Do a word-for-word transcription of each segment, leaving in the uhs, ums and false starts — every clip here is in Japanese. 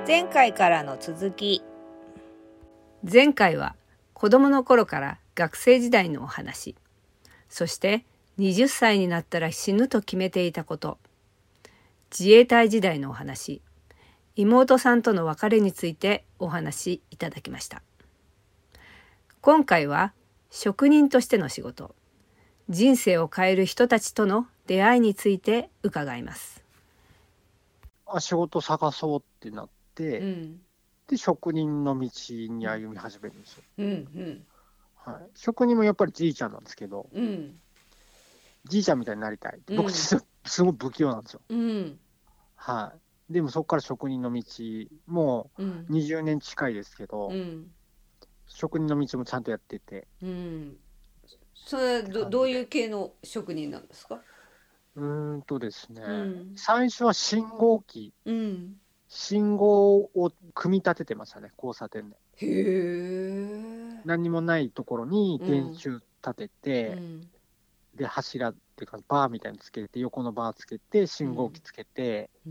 前回からの続き。 前回は子供の頃から学生時代のお話、そしてはたちになったら死ぬと決めていたこと、自衛隊時代のお話、妹さんとの別れについてお話しいただきました。今回は職人としての仕事、人生を変える人たちとの出会いについて伺います。 あ仕事探そうってなって、 うん、 で職人の道に歩み始めるんですよ、 うんうんはい、職人もやっぱりじいちゃんなんですけど、 うん、 じいちゃんみたいになりたい、 うん、 僕実はすごい不器用なんですよ、 うんはい、でもそこから職人の道もうにじゅうねん近いですけど、 うん、 職人の道もちゃんとやってて、 うん、それは ど, どういう系の職人なんですか？ うーんとですね、 うん、 最初は信号機、 うん、 信号を組み立ててましたね、交差点で。 へえ。 何にもないところに電柱立てて、 うん、 で柱っていうかバーみたいにつけて、横のバーつけて信号機つけて、 うん、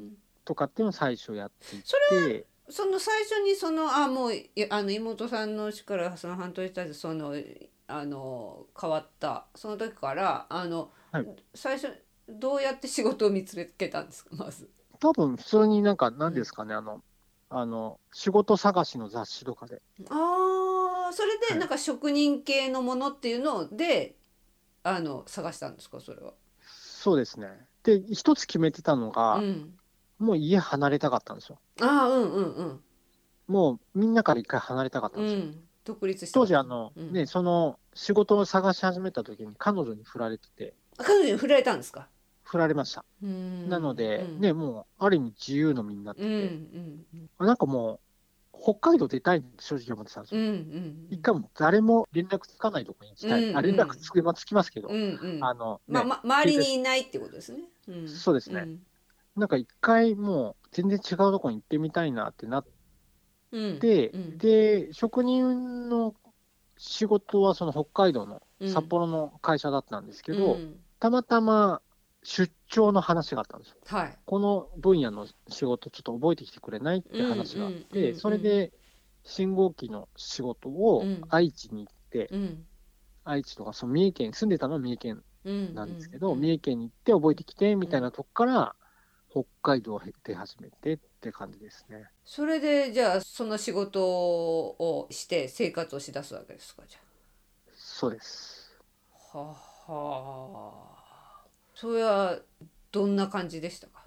とかっていうのを最初やっていそれて、 その最初にそのあもういあの妹さんの死からその半年経ってそのあの変わったその時からあの、 はい、 最初どうやって仕事を見つけたんですか？まず多分普通になんか何ですかね、あのあの仕事探しの雑誌とかで、 ああそれはい、 でなんか職人系のものっていうのであの探したんですか？それは。 そうですね。で一つ決めてたのが、 うん、 もう家離れたかったんですよ。 ああうんうんうんもうみんなから一回離れたかったんですよ。 うん、独立した当かった。 時あの、 うん、 ね、その仕事を探し始めた時に彼女に振られてて、 彼女に振られたんですか？ 振られました。 うん、 なので、 うんね、もうある意味自由の身になってうんうて、 んなんかもう北海道出たいって正直思ってたんですうんうよ。 ん一回も誰も連絡つかないところに行きたい。 うんあ、連絡つきまつきますけど、 うんうんあのま、 ね、 ま、周りにいないってことですね。うん、 そうですね。 うんなんか一回もう全然違うところに行ってみたいなってなっうんて、 うん、 で、職人の仕事はその北海道の札幌の会社だったんですけど、 うん、 たまたま出張の話があったんですよ。 はい。 この分野の仕事ちょっと覚えてきてくれないって話があって、それで信号機の仕事を愛知に行って、 うん、 愛知とかその三重県、住んでたのは三重県うんなんですけど、 うん三重県に行って覚えてきてみたいなとこから北海道を出始めてって感じですね。 それでじゃあその仕事をして生活をしだすわけですか？じゃそうです。 あははそれはどんな感じでしたか？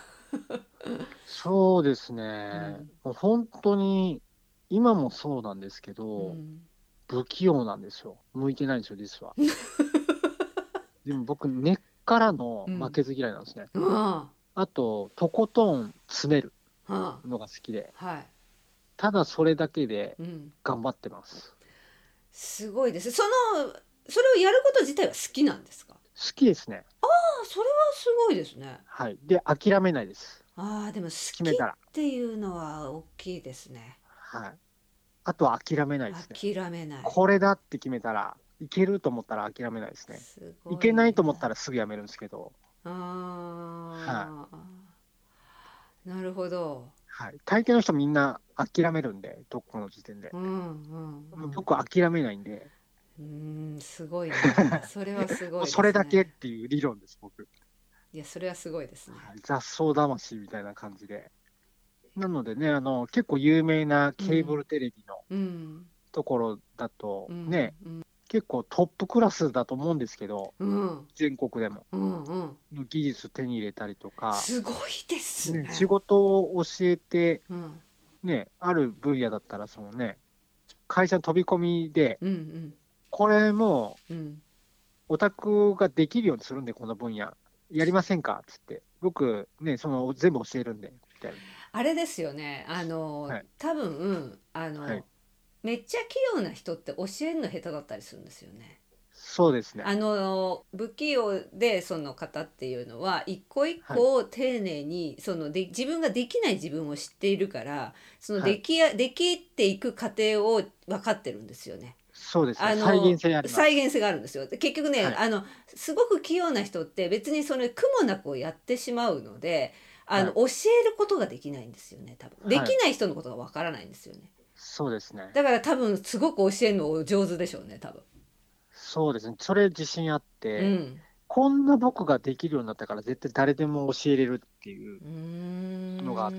そうですね、 うんもう本当に今もそうなんですけうど、 ん、 不器用なんですよ。向いてないんですよ、実は。でも僕、根っからの負けず嫌いなんですね。 うん、はあと、とことん詰めるあはのが好きで、 あ、はい、 ただそれだけでうん、 頑張ってます。 すごいです。そのそれをやること自体は好きなんですか？ 好きですね。 あ、それはすごいですね。 はい。で、諦めないです。 ああ、でも好き決めたら。 っていうのは大きいですね。 はい。あとは諦めないですね。 諦めない。 これだって決めたら、いけると思ったら諦めないですね。 すごいいけないと思ったらすぐやめるんですけど。 あはあ、なるほど。 はい。大抵の人みんな諦めるんで、どこの時点で。 うんうんうん。 僕は諦めないんで、 うーん、すごいな。それはすごいですね。 それだけっていう理論です、僕。 いや、それはすごいですね。 はい、雑草魂みたいな感じで。なのでね、あの結構有名なケーブルテレビのうんところだとうんね、 うん結構トップクラスだと思うんですけど、 うん全国でもうんうん。 の技術手に入れたりとか、 すごいですね。 ね、仕事を教えて、 うんね、ある分野だったらそのね、会社の飛び込みで、 うんうんこれもうん。 オタクができるようにするんで、この分野。やりませんかっつって、僕、ね、その全部教えるんで、みたいな。 あれですよね。あの、 はい多分あの、 はい、 めっちゃ器用な人って教えるの下手だったりするんですよね。 そうですね。 あの不器用でその方っていうのは一個一個を丁寧にそので自分ができない自分を知っているからそのできや、できていく過程を分かってるんですよね。 そうですね。 あの再現性あります。 再現性があるんですよ。で結局ね、 はいあのすごく器用な人って別にその苦もなくをやってしまうのであの、 はい、 教えることができないんですよね多分。できない人のことがわからないんですよね。 そうですね。 だから多分すごく教えるのお上手でしょうね多分。 そうですね。それ自信あっうて、 ん。 こんな僕ができるようになったから絶対誰でも教えれるっていううーん。 のがあって、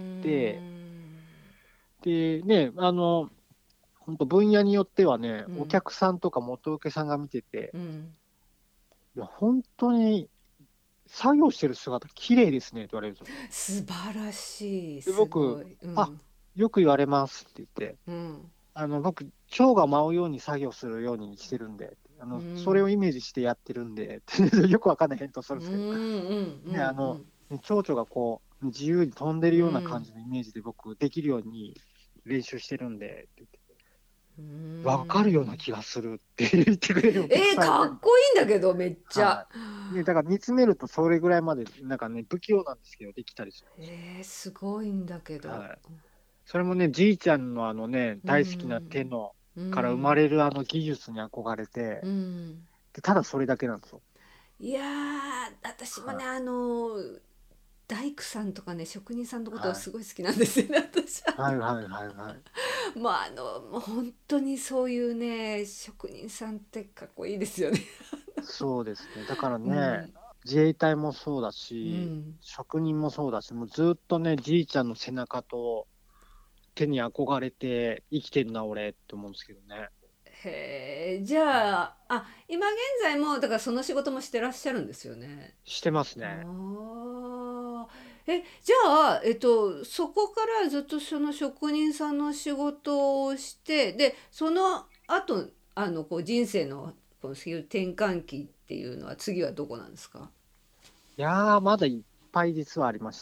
でね、あの、本当分野によってはね、 うん。 お客さんとか元請けさんが見てて、 うん。 いや、本当に作業してる姿綺麗ですねって言われるんですよ。 素晴らしい。 で、 すご僕、 い。うあ、 ん。 よく言われますって言って、 うん。 あの、僕、蝶が舞うように作業するようにしてるんで、あうの、それん。 をイメージしてやってるんで、よくわかんない返答すうん。 るんですけど、 うん。うね、あん。うの、 ん。 ね蝶々がこう、自由に飛んでるような感うん。 じのイメージで僕、できるように練習してるんで、って言ってうわかるようん。 な気がするって言ってくれるお客えー、 さんいたり、 かっこいいんだけどめっちゃ。 はい。ね、だから煮詰めるとそれぐらいまで、なんかね、不器用なんですけど、できたりするんですよ。 えー、すごいんだけど。 はい。それもね、じいちゃんのあのね、 う大好きな手ん。 の、 うから生まん。 れるあの技術に憧れうて、 ん。 でただそれだけなんですよ。 いやー、私もね、 はあの、大工さんとかね、職人さんのい。 ことははい。 すごい好きなんですよね、私は。 はいはいはいはい。 まあ、あの、もう本当にそういうね、職人さんってかっこいいですよね。 そうですね。だからね、 うん。 自衛隊もそうだうし、 ん。 職人もそうだし、もうずっとね、じいちゃんの背中と手に憧れて生きてるな、俺って思うんですけどね。 へえ、じゃあ、あ、今現在も、だからその仕事もしてらっしゃるんですよね。 してますね。 ああ。え、じゃあ、えっと、そこからずっとその職人さんの仕事をして、で、その後、あの、こう人生の、こうそういう転換期っていうのは次はどこなんですか？ いやー、まだいっぱい実はありまして、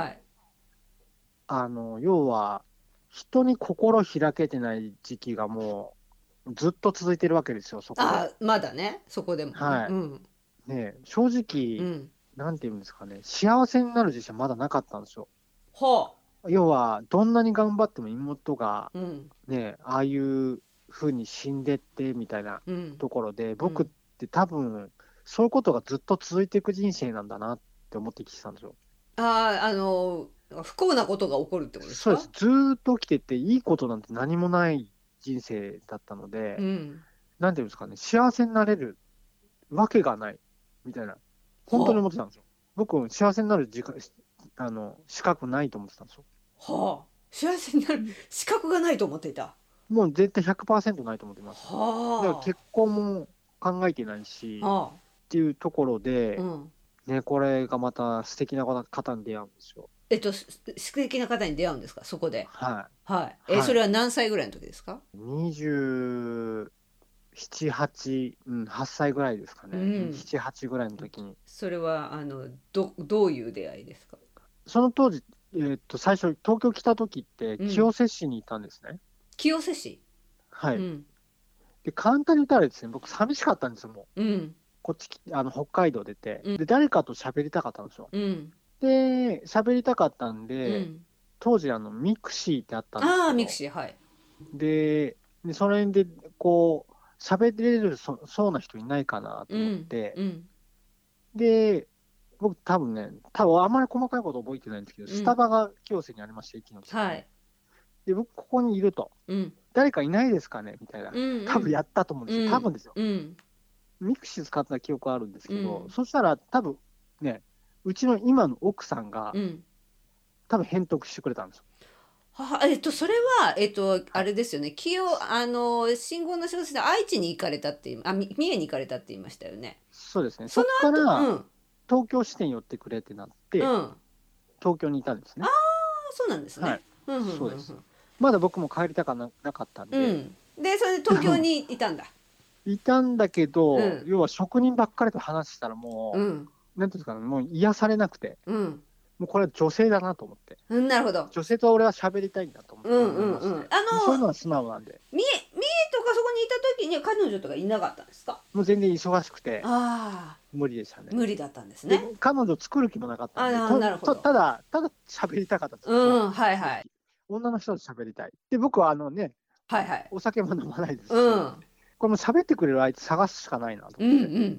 はい。 あの、要は、人に心開けてない時期がもうずっと続いてるわけですよ、そこで。 あ、まだね、そこでもね。 はうん。 い。ね、正直、 うん。 なんていうんですかね、幸せになる時期はまだなかったんですよ。 はあ。 要は、どんなに頑張っても妹が、 うん。 ね、ああいう風に死んでってみたいなうん。 ところで、僕っうん。 て多分、そういうことがずっと続いていく人生なんだなって思ってきてたんですよ。 ああ、あの、不幸なことが起こるってことですか？ そうです。ずーっと起きてて、いいことなんて何もない人生だったので、 うん。 なんていうんですかね、幸せになれるわけがない、みたいな、本当には思ってたんですよ。僕、幸せになる時間、あの、資格ないと思ってたんですよ。 あ。はあ。幸せになる資格がないと思っていた。 もう絶対ひゃくパーセントないと思ってました。だからは結婚も考えてないあ。 し、 はっていうところあ。うで、 ん。 ね、これがまた素敵な方に出会うんですよ。 えっと、す素敵な方に出会うんですか、そこで。 はい。 はい。え、そはい。 れは何歳ぐらいの時ですか？ にじゅうなな、はち、うん、はっさいぐらいですかうね。 ん。 なな、はちぐらいの時に。 それは、あの、ど、どういう出会いですか？ その当時、えーっと、最初、東京来た時って、 うん。 清瀬市にいたんですね。 清瀬市。 はい。 うん。 で、簡単に言ったらですね、僕、寂しかったんですよ、もう。 うん。 こっち来、あの、北海道出て。 うん。 で、誰かと喋りたかったんですよ。 うん。 で、喋りたかったんで、 うん。 当時、あの、ミクシーってあったんですああ、 けど、 ミクシー、はい。 で、でそれで、こう、喋れるそ、そうな人いないかなと思っうん。 て、 うん。 で、僕多分ね、多分あんまり細かいこと覚えてないんですけど、 うん。 スタバが清瀬にありまして、駅の近くに。 はい。 で、僕ここにいると。 うん。 誰かいないですかねみたいな。 うん。うん。 多分やったと思うんですよ。 うん。 多分ですよ。 うん。 ミクシー使った記憶あるんですけど、 うん。 そしたら多分ね、うちの今の奥さんがうん。 多分返答してくれたんですよ。 はは、えっと、それは、えっと、あはい。 れですよね。清、あの、信号の仕事で愛知に行かれたって言い、あ、み三重に行かれたって言いましたよね。 そうですね。 そのそっか後、うらん。 東京支店寄ってくれってなっうん。 て、 あ東京にいたんですね。 あ、そうなんですはい。 ね。うん、うん、うん、 そうです。まだ僕も帰りたかな、なかったんうん。うで、 ん。で、それで東京にいたんだ。 いたんだけど、 うん。 要は職人ばっかりと話したらもうん。 う、なんていうんですかね、もう癒されなくて、 うん。 もうこれは女性だなと思って、 うん、なるほど。 女性と俺は喋りたいんだと思うん、うん、 思いましうん。 て、 あの、 もうそういうのは素直なんで、 三重、三重とかそこにいた時には彼女とかいなかったんですか？ もう全然忙しくてああ、 無理でしたね。 無理だったんですで、 ね。 彼女作る気もなかったあんで、 あ、 と、と、 なるほど。 ただ、ただ喋りたかったんですよ、そうん、はいはい。 の時。女の人と喋りたい。で、僕はあのね、 はいはい。 お酒も飲まないですうし、 ん。 これも喋ってくれる相手探すしかないなとうん、うん、 思って。 うん。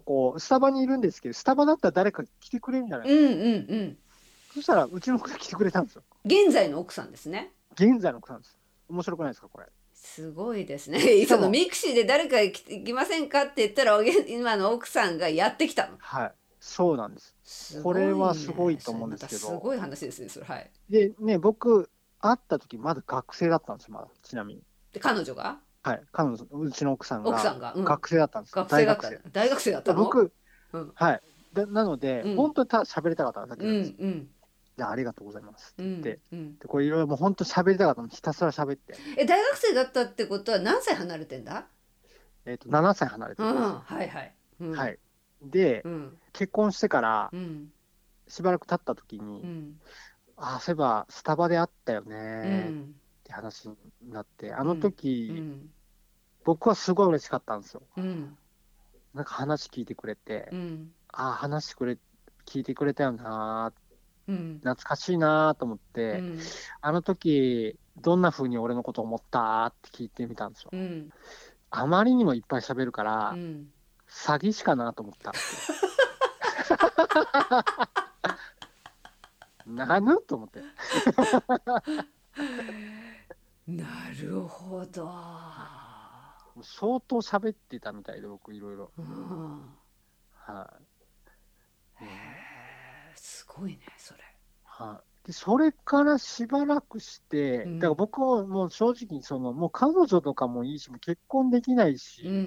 だからこう、スタバにいるんですけど、スタバだったら誰か来てくれるんじゃないうん、 かと。 うん、うん。 そしたらうちの奥さん来てくれたんですよ。 現在の奥さんですね。 現在の奥さんです。面白くないですかこれ。 すごいですね。そのミクシーで誰か来きませんかって言ったら今の奥さんがやってきたの。 はい、そうなんです。 すこごいね。 れはすごいと思うんですけど。 それまたすごい話ですねそれ。はい。 でね、僕会った時まだ学生だったんですよ。まだちなみに。 で彼女が。 はい、彼女うちの奥さんが奥さんが、うん、 学生だったんです。 学生だった。大学生。大学生だったの。 僕、 うん、 はい。でなので、うん、本当にただ喋りたかっただけなんです。 うんうん、 じゃあありがとうございますって言って、 うんうん、 でこれいろいろもう本当喋りたかったの、ひたすら喋って。 え大学生だったってことは何歳離れてんだ。 えっとななさい離れてます。 うん、はいはい、 うん、はい。で、うん、結婚してからしばらく経った時に、うん、ああそういえばスタバで会ったよねって話になって、あの時、うんうん、僕はすごい嬉しかったんですよ。うん、なんか話聞いてくれて、うん、ああ話くれ聞いてくれたよな、うん、懐かしいなと思って、うん、あの時どんな風に俺のこと思ったって聞いてみたんですよ。うん、あまりにもいっぱい喋るから、うん、詐欺師かなと思ったなぬと思ってなるほど。 相当喋ってたみたいで僕いろいろ。はい。 へえ、すごいねそれ。 はい。でそれからしばらくして、うん、だから僕ももう正直そのもう彼女とかもいいし、もう結婚できないし、うんうん、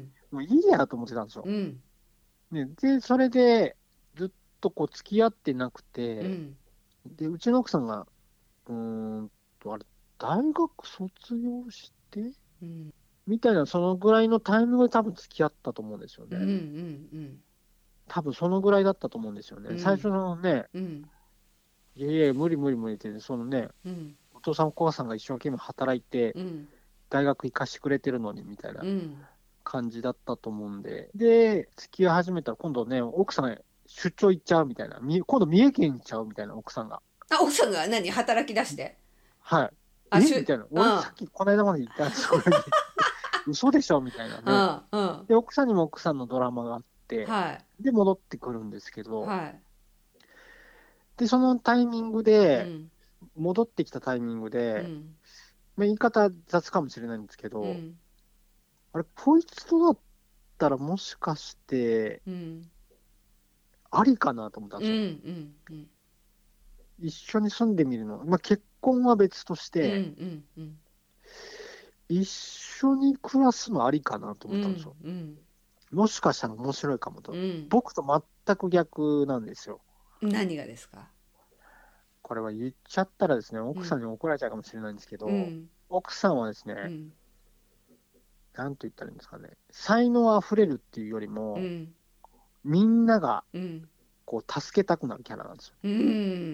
もういいやと思ってたんですよ。うん、ね、でそれでずっとこう付き合ってなくて、うん、でうちの奥さんがうーんとあれ大学卒業して、うん、みたいなそのぐらいのタイミングで多分付き合ったと思うんですよね。うんうんうん、多分そのぐらいだったと思うんですよね。うん、最初のね、うん、いやいや無理無理無理って、そのね、うん、お父さんお母さんが一生懸命働いて、うん、大学行かしてくれてるのにみたいな感じだったと思うんで、で付き合い始めたら今度ね奥さん出張行っちゃうみたいな、今度三重県行っちゃうみたいな、奥さんが。 あ、奥さんが何働き出して。 はい。あ、えみたいな。俺さっきこの間まで言ったんですよ。嘘でしょみたいなね。うんうん、で奥さんにも奥さんのドラマがあって、はい、で戻ってくるんですけど、はい、でそのタイミングで、うん、戻ってきたタイミングで、うん、まあ、言い方雑かもしれないんですけど、うん、あれこいつとだったらもしかして、うん、ありかなと思ったんですよ。うんうんうん、一緒に住んでみるの、まあ、結婚は別として、うんうんうん、一緒に暮らすのありかなと思ったんですよ。うんうん、もしかしたら面白いかもと、うん、僕と全く逆なんですよ。 何がですか？ これは言っちゃったらですね、奥さんに怒られちゃうかもしれないんですけど、うん、奥さんはですね、うん、なんと言ったらいいんですかね、才能あふれるっていうよりも、うん、みんながこう助けたくなるキャラなんですよ。 うん、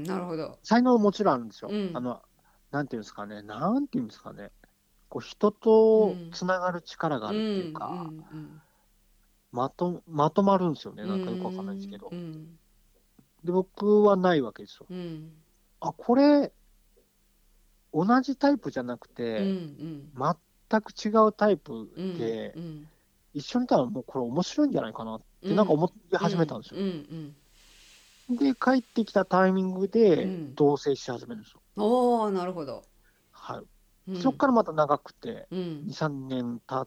なるほど。 才能ももちろんあるんですよ。うん、あのなんていうんですかね、なんていうんですかね、こう人とつながる力があるっていうか、うんうんうん、まとまとまるんですよね、なんかよくわかんないですけど。うん、で僕はないわけですよ。うん、あ、これ同じタイプじゃなくて、うんうん、全く違うタイプで、うんうん、一緒にいたらもうこれ面白いんじゃないかなってなんか思い始めたんですよ。うんうんうん、で帰ってきたタイミングで同棲し始めるんですよ。 うん、おー、なるほど。 はい。うん、そこからまた長くて、うん、にさんねん経って、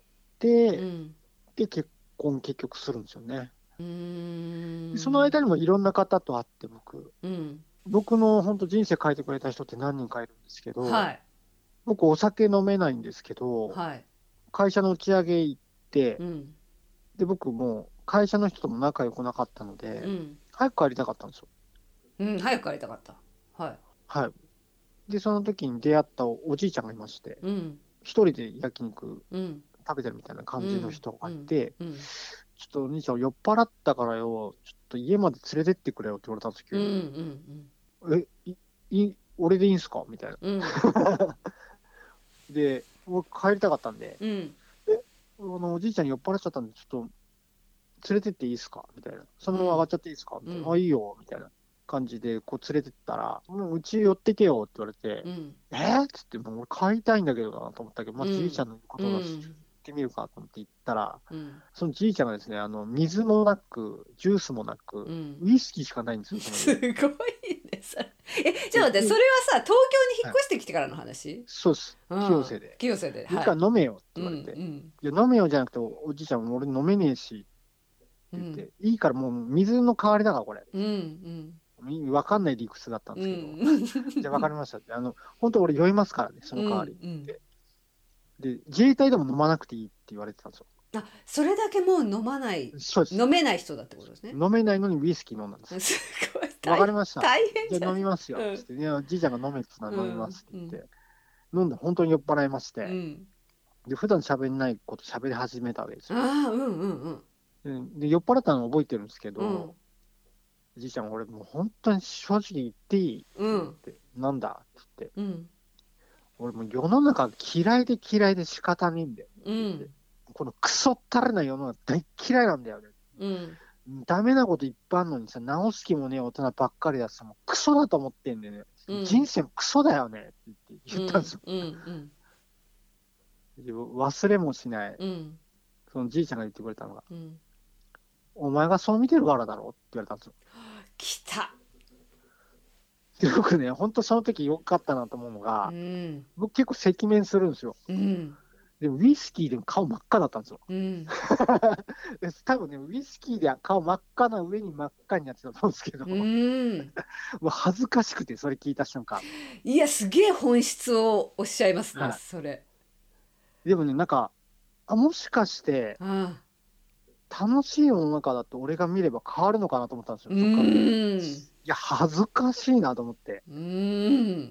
うん、で結婚結局するんですよね。うーん、でその間にもいろんな方と会って僕、うん、僕の本当人生変えてくれた人って何人かいるんですけど、はい、僕お酒飲めないんですけど、はい、会社の打ち上げ行って、うん、で僕もう会社の人とも仲良くなかったので、うん、早く帰りたかったんですよ。 うん、早く帰りたかった。はい。はい。 でその時に出会ったおじいちゃんがいまして、うん、一人で焼肉食べてるみたいな感じの人がいて、うんうんうん、ちょっとお兄ちゃん酔っ払ったからよ、ちょっと家まで連れてってくれよって言われたんですけど、うんうんうん、えいい俺でいいんすかみたいな。うん、で僕帰りたかったんで、うん、えあのおじいちゃんに酔っ払っちゃったんでちょっと連れてっていいですかみたいな。そのまま上がっちゃっていいですかみたいな。うん、あいいよみたいな感じでこう連れてったら、もううち寄ってけよって言われて、うん、えー、っつって、もう俺帰りたいんだけどなと思ったけど、まあ、じいちゃんのことだし、うん、行ってみるかと思って行ったら、うん、そのじいちゃんがですね、あの水もなくジュースもなく、うん、ウイスキーしかないんですよ。 すごいねそれ。 え、じゃあ待って、それはさ、東京に引っ越してきてからの話？ はい、そうです。清瀬で。 清瀬で。 はい。飲めよって言われて。うんうん、いや、飲めよじゃなくて、おじいちゃん、俺飲めねえし、って言って、うん、いいからもう水の代わりだからこれ。うんうん、分かんない理屈だったんですけど、うん、じゃあ分かりましたって。あの、本当俺酔いますからね、その代わりって。うんうん、で、自衛隊でも飲まなくていいって言われてたんですよ。 あ、それだけもう飲まない、そうです、飲めない人だってことですね。 飲めないのにウイスキー飲んだんです。すごい。わかりました。大変じゃん。じゃあ飲みますよ。つって、うん、いや、じいちゃんが飲めって言ったら飲みますって言って、うん、飲んで本当に酔っ払いまして、うん、で、普段喋んないこと喋り始めたわけですよ。ああ、うんうんうん。で、酔っ払ったの覚えてるんですけど、うん、じいちゃん、俺もう本当に正直言っていい、うん、って、なんだって言って、うん、俺もう世の中嫌いで嫌いで仕方ねえんだよ。うん、このクソったれな世の中大嫌いなんだよね。うん、ダメなこといっぱいあるのにさ、直す気もねえ大人ばっかりだしさ、もうクソだと思ってんでね、うん、人生もクソだよねって言って言ったんですよ。うんうんうん、忘れもしない、うん、そのじいちゃんが言ってくれたのが、うん、お前がそう見てるからだろって言われたんですよ。来た。僕ね、本当その時良かったなと思うのが、うん、僕結構赤面するんですよ。うん、でもウイスキーでも顔真っ赤だったんですよ。うん、多分ね、ウイスキーで顔真っ赤な上に真っ赤になってたと思うんですけど、うん、もう恥ずかしくて、それ聞いた瞬間。いや、すげえ本質をおっしゃいますね、はい、それ。でもね、なんか、あ、もしかして、ああ、楽しい世の中だと俺が見れば変わるのかなと思ったんですよ。うん、いや、恥ずかしいなと思って。うん、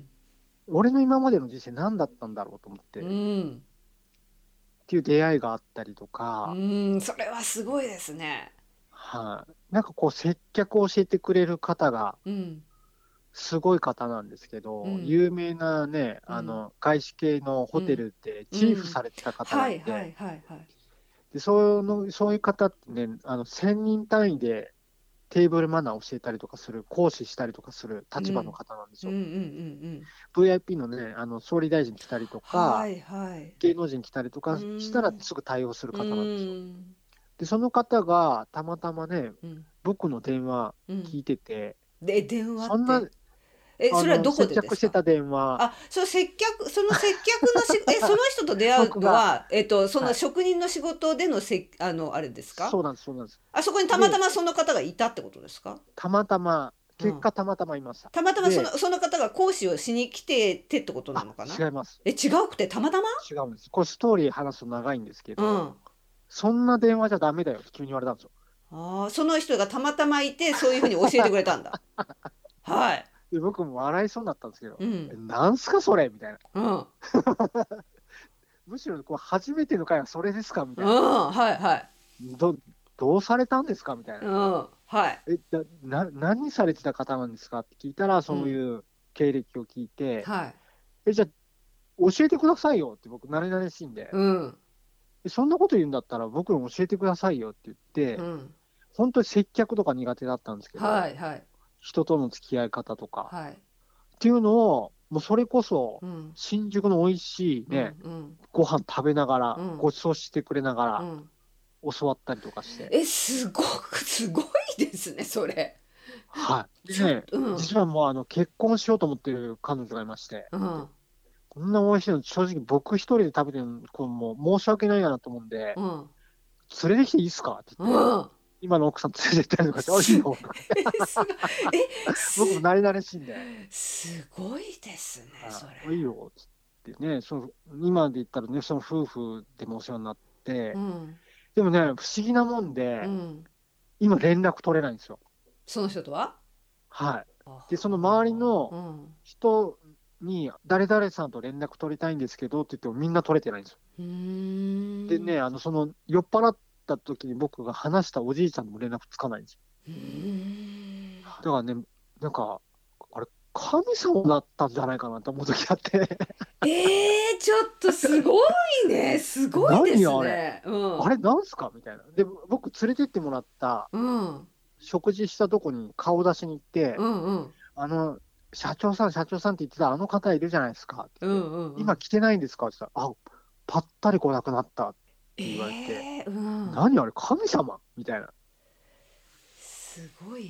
俺の今までの人生何だったんだろうと思って。うん、っていう出会いがあったりとか。うん、それはすごいですね。はい、あ、なんかこう接客を教えてくれる方が、すごい方なんですけど、うん、有名なね、あの、外資系のホテルでチーフされてた方がいて、で、その、そういう方ってね、あの、せんにん単位でテーブルマナーを教えたりとかする、講師したりとかする立場の方なんですよ。ブイアイピー のね、あの、総理大臣来たりとか、はいはい、芸能人来たりとかしたらすぐ対応する方なんですよ。で、その方がたまたまね、うん、僕の電話聞いてて、うん、で、電話ってそんな、え、それはどこでですか？接客してた電話。あ、その接客、その接客のしえ、その人と出会うのは、えっと、その職人の仕事でのせ、あの、あれですか？そうなんです、そうなんです。あそこにたまたまその方がいたってことですか？たまたま、結果たまたまいました。うん、たまたまその、その方が講師をしに来ててってことなのかな？違います。え、違うくてたまたま？違うんです。これストーリー話すと長いんですけど、うん、そんな電話じゃダメだよって急に言われたんですよ。ああ、その人がたまたまいて、そういうふうに教えてくれたんだ。はい。で僕も笑いそうになったんですけど、うん、え、なんすかそれみたいな。うん、むしろこう初めての回はそれですかみたいな。うん、はいはい。どどうされたんですかみたいな。うん、はい。え、だな何されてた方なんですかって聞いたら、そういう経歴を聞いて、うん、はい。え、じゃあ教えてくださいよって僕慣れ慣れしいんで。うん。そんなこと言うんだったら僕に教えてくださいよって言って、うん、本当に接客とか苦手だったんですけど、はいはい、人との付き合い方とか、はい、っていうのを、もうそれこそ、新宿の美味しいね、うんうん、ご飯食べながら、うん、ご馳走してくれながら、うん、教わったりとかして。え、すごく、すごいですね、それ。はい。でね、うん、実はもうあの結婚しようと思ってる彼女がいまして、うん、こんな美味しいの正直僕一人で食べてるのこうもう申し訳ないなと思うんで、うん、連れてきていいっすかって言って、うん、今の奥さん連れて行ったりとかして、おいしいよとかえ僕も慣れ慣れしいんで。すごいですね、それ。いいよってね、その今で言ったらね、その夫婦でもお世話になって、うん、でもね、不思議なもんで、うん、今連絡取れないんですよ。その人とは？はい。で、その周りの人に、誰々さんと連絡取りたいんですけどって言ってもみんな取れてないんですよ。うーんでね、あの、その酔っ払った時に僕が話したおじいちゃんも連絡つかないんですよ。うーんだからね、なんか、あれ、神様だったんじゃないかなと思う時あって。えー、ちょっとすごいね。すごいですね。何あれ、うん、あれなんすかみたいな。で、僕連れてってもらった、うん、食事したとこに顔出しに行って、うんうん、あの、社長さん、社長さんって言ってたあの方いるじゃないですかって言って、うんうんうん、今来てないんですかって言ったら、あ、ぱったり来なくなったって言われて、えーうん、何あれ、神様みたいな。すごいな。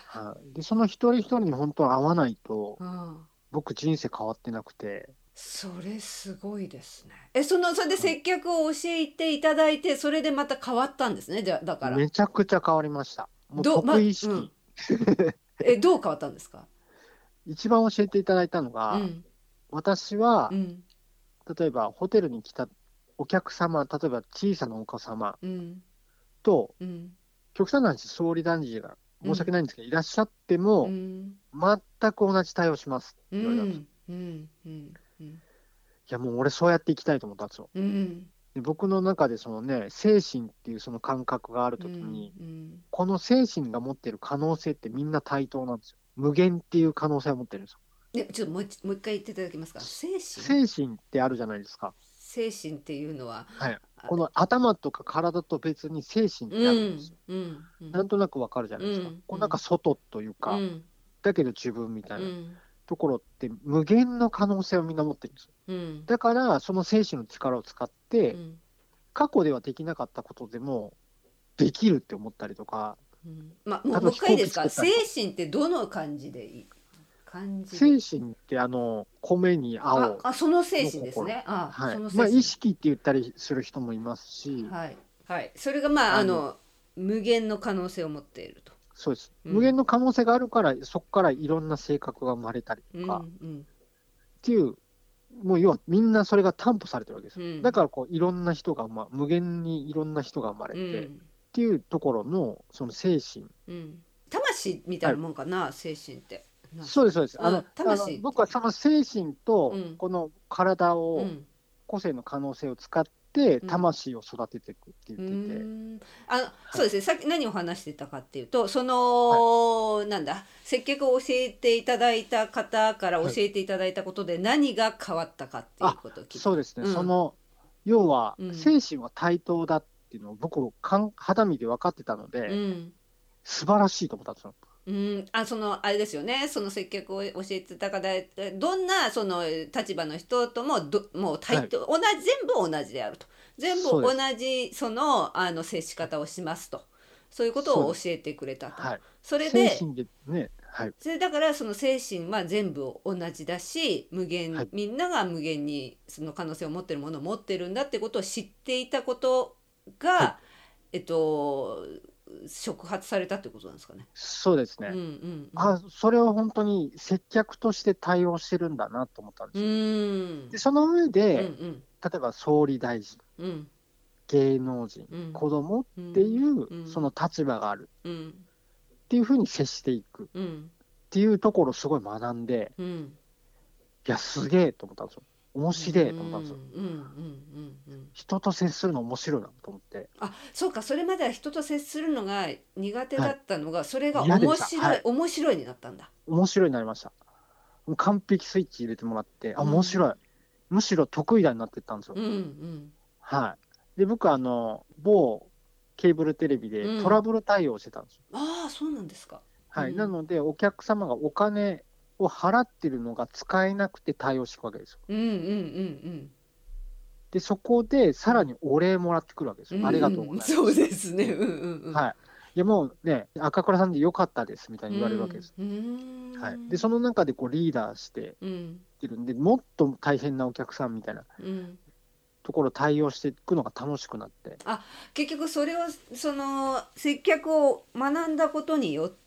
はい、でその一人一人に本当会わないと、 うん、 僕人生変わってなくて。 それすごいですね。え、そのそれで接客を教えていただいて、それでまた変わったんですね。じゃだからめちゃくちゃ変わりました。もうど、ま、 得意意識、 うん、え、どう変わったんですか？ 一番教えていただいたのが、 うん、 私は、 うん、 例えばホテルに来たお客様、例えば小さなお子様うん、 と、 うん、 極端な話、総理大臣が申し訳うん、 ないんですけど、いらっしゃってうも、 ん、 全く同じ対応しますってう言われたんですよ。 ん、うん、うん、うん、 いや、もう俺そうやっていきたいと思ったんですよ。 うん、 で僕の中でそのね、精神っていうその感覚があるうん、 ときに、 うん。 この精神が持っている可能性ってみんな対等なんですよ。無限っていう可能性を持ってるんですよ。 ね、ちょっともう一、もう一回言っていただけますか？精神？ 精神ってあるじゃないですか。 精神っていうのは、 はい。 あ、 この頭とか体と別に精神ってあるんですうん、 よ。 うん、うん、 なんとなくわかるじゃないですか。 うん、 こうなんか外というか、 うん、 だけど自分みたいなうん、 ところって無限の可能性をみんな持ってるんですよ。 うん、 だから、その精神の力を使って、 うん、 過去ではできなかったことでもできるって思ったりとか、 うん。まあ、もう、もう例えば飛行機一回いいですか？精作ったりとか。 神ってどの漢字でいい？漢字で。 精神ってあの、米にあ、 青あ、その精の心。 神ですね。あ、 はい。まあ、 その精神。 意識って言ったりする人もいますし、 はい。はい。それがまあ、ああの、 の、無限の可能性を持っていると。 そうです。 うん。 無限の可能性があるから、そこからいろんな性格が生まれたりうん、 とかうん、 っていう、もう要はみんなそれが担保されてるわけですよ。 うん、 だからこういろんな人が、まあ、無限にいろんな人が生まれてっうん、 ていうところのその精神。 うん。魂みたいはい。 なもんかな、精神って。なんですか？ そうです、そうです。あの、 うん、 あの魂って。 僕はその精神とうん、 この体を、 うん。 個性の可能性を使ってうん。 魂を育てていくって言っうーてて、 ん。あの、 はい。 そうですね。さっき何を話してたかっていうと、そはい。 の、なんだ、接客を教えていただいた方から教はい。 えていただいたことで何が変わったかっていうあ、 ことを聞いてた。 そうですね。 うん。 その、要はうん。 精神は対等だっていうのを僕、かん肌身で分かってたので、 うん。 素晴らしいと思ったんですよ。 うん、あ、その、あれですよね。その接客を教えてた方、どんな、その、立場の人とも、ど、もう対はい。 等、同じ、全部同じであると。全部同そうです。 じ、その、あの、接しはい。 方をしますと。そういうことを教そうです。 えてくれたと。 はい。 それで、 精神でね、はい。 それだからその精神は全部同じだし、無限、 はい。 みんなが無限にその可能性を持ってるものを持ってるんだってことを知っていたことはい。 が、えっと、触発されたってことなんですかね。 そうですね。 うん、うん、うん。 あ、それを本当に接客として対応してるんだなと思ったんでうすよ。で、 ーん。 その上うん、うで、 ん、 例えば総理大臣、 うん、 芸能人、 うん、 子供っうん、 ていううん、 その立場があるうん、 っていうふうに接していくっうん、 ていうところをすごい学んで、 うん、 いや、すげえと思ったんですよ。面うん、 白いと思ったんですよ。 うん、うん、うん。 人と接するの面白いなと思って。 あ、そうか、それまでは人と接するのが苦手だはい。 ったのが、それが嫌でした。 面白い、 はい。 面白いになったんだ。 面白いになりました。もう完璧スイッチ入れてもらって、あ、 うん、 面白い。むしろ得意だになっていったんですよ。 うん、うん、 はい。で、僕、あの、某ケーブルテレビうでトラん。 ブル対応してたんですよ。 ああ、そうなんですか。うはい。なん、 ので、お客様がお金を払ってるのが使えなくて対応していくわけですよ。 うん、うん、うん、 で、そこでうん、 さらにお礼もらってくるわけですよ。 うん、 ありがとうごうん、そうざいました。 ですね。うん、うん、うん。 はい。いや、もうね、赤倉さんでよかったですみたいにう言われるわけでん、 す。 うはい。で、 ん、 その中でこうリーダーしてうん、 いるんで、もっと大変なお客さんみたいなうん。 ところを対応していくのが楽しくなって。 あ、結局それを、その接客を学んだことによって、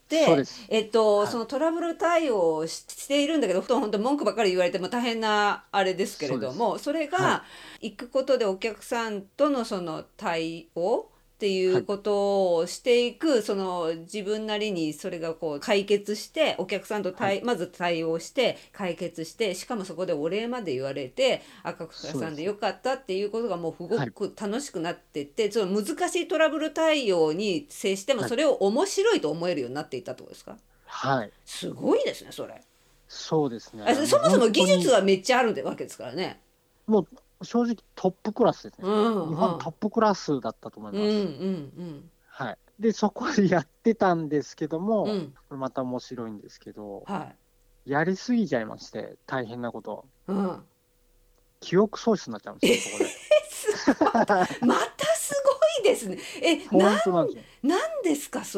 そうです。 えっと、 はい。 そのトラブル対応をし、しているんだけど、本当文句ばっかり言われても大変なあれですけれそうです。 ども、それはい。 が行くことでお客さんとのその対応っていはい。 うことをしていく、その自分なりにそれがこう解決して、お客さんとはい。 対、まず対応して解決して、しかもそこでお礼まで言われて、赤倉そうです。 さんでよかったっていうことがもうすごはい。 く楽しくなってって、その難しいトラブル対応に接してもはい。 それを面白いと思えるようになっていったってことですか？ はい。 すごいですね、それ。 そうですね。 あ、そもうもそも技本当に、 術はめっちゃあるわけですからね。 もう正直トップクラスですね。 うん日本トッうん。 プクラスだったと思いうんうんます。 うん。 はい。で、そこでやってたんですけども、 うん。 これまた面白いんですけど、 はい。 やりすぎちゃいまして、大変なこと。 うん。 記憶喪失になっちゃうんですよ、そこで。 すまた、またすごいですね。え、なん、 本当なんですよ。 なんですか、それ。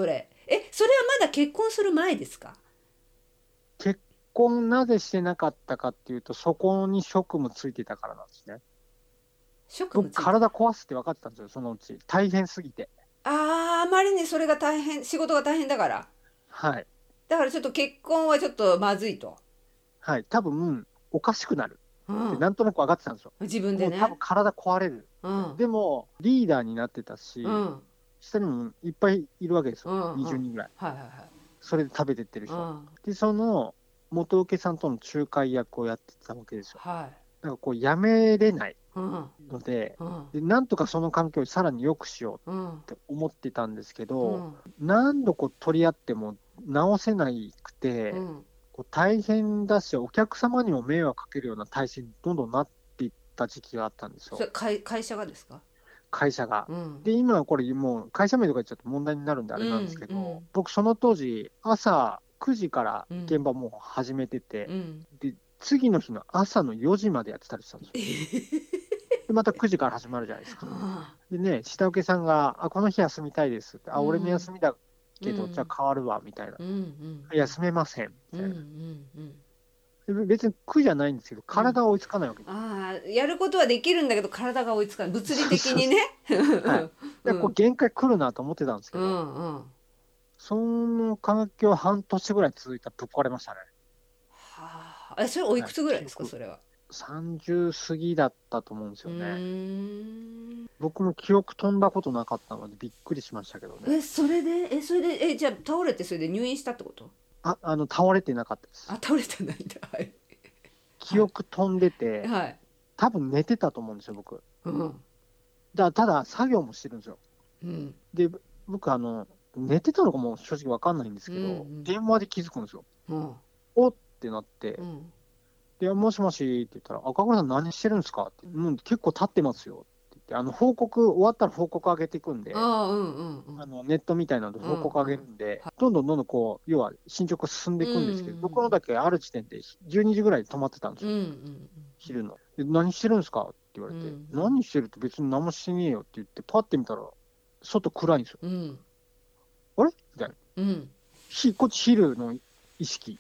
え、それはまだ結婚する前ですか？ 結婚なぜしてなかったかっていうと、そこに職務ついてたからなんですね。 職務ついて僕、体壊すって分かってたんですよ、そのうち。大変すぎて。 ああ、あまりにそれが大変、仕事が大変だから。 はい。 だからちょっと結婚はちょっとまずいと。 はい。多分、おかしくなるってうん。 なんとなく分かってたんですよ。 自分でもう多分ね。 体壊れる。 うん。 でも、リーダーになってたうし、 ん。 下にもいっぱいいるわけですよ。 うん。うん。 にじゅうにんぐらい。 はいはいはい。 それで食べてってる人。 うん。 で、その元請けさんとの仲介役をやってたわけですよ。 はい。 だからこう、やめれないうん。 ので、 うん。 でなんとかその環境をさらに良くしよううん。 って思ってたんですけうど、 ん。 何度こう取り合っても直せないくて、 うん。 こう大変だし、お客様にも迷惑かけるような体制にどんどんなっていった時期があったんですよ、 それ会、会社がですか？ 会社が。 うん。 で、今はこれもう会社名とか言っちゃうと問題になるんであれなんですけど、 うんうん僕その当時朝くじからうん現場もう始めてて、 うんで、次の日の朝のよじまでやってたりしたんですよ。で、またくじから始まるじゃないですか。 あでね、下請けさんが、あ、この日休みたいですって、あ、 うん俺の休みだけど、 うんじゃあ変わるわ、みたいな。 うんうん休めません、みうんうたいな。 んうんで別に苦じゃないんですけど、体は追いつかないわけです。 ああ、やることはできるんだけど体が追いつかない。物理的にね。 はい。で、こう限界来るなと思ってたんですけうど、 んうん。 その環境半年ぐらい続いたらぶっ壊れましたね。 はあ。え、それおいくつぐらいですか、 はい、 それは。 さんじゅう過ぎだったと思うんですうよね。 ーん。 僕も記憶飛んだことなかったのでびっくりしましたけどね。 え、それで、え、それで、え、じゃあ倒れてそれで入院したってこと？ あ、あの、倒れてなかったです。 あ、倒れてないんだ。はい。 記憶飛んでて、 はい。 多分寝てたと思うんですよ、僕。 うん。 だただ、作業もしてるんですよ。 うん。 で、僕、あの、寝てたのかも正直わかんないんですけど、 うんうん、 電話で気づくんですよ。 うんおってなって、 うんで、もしもしって言ったら、赤倉さん何してるんですかって、うん、結構経ってますよって言って、あの、報告、終わったら報告上げていくんで、 ああ、うんうんうん。 あの、ネットみたいなので報告上げるんで、 うんうんはどんどんどんどんこう、要は進捗進んでいくんですけど、 うんうん僕のだけある時点でじゅうにじぐらいで止まってたんですうんよ、 うん昼の。で、何してるんですかって言われて、 うん何してるって別に何もしてねえよって言って、パッて見たら、外暗いんですよ。 うんうんあれみたいな。 うんひこっち昼の意識。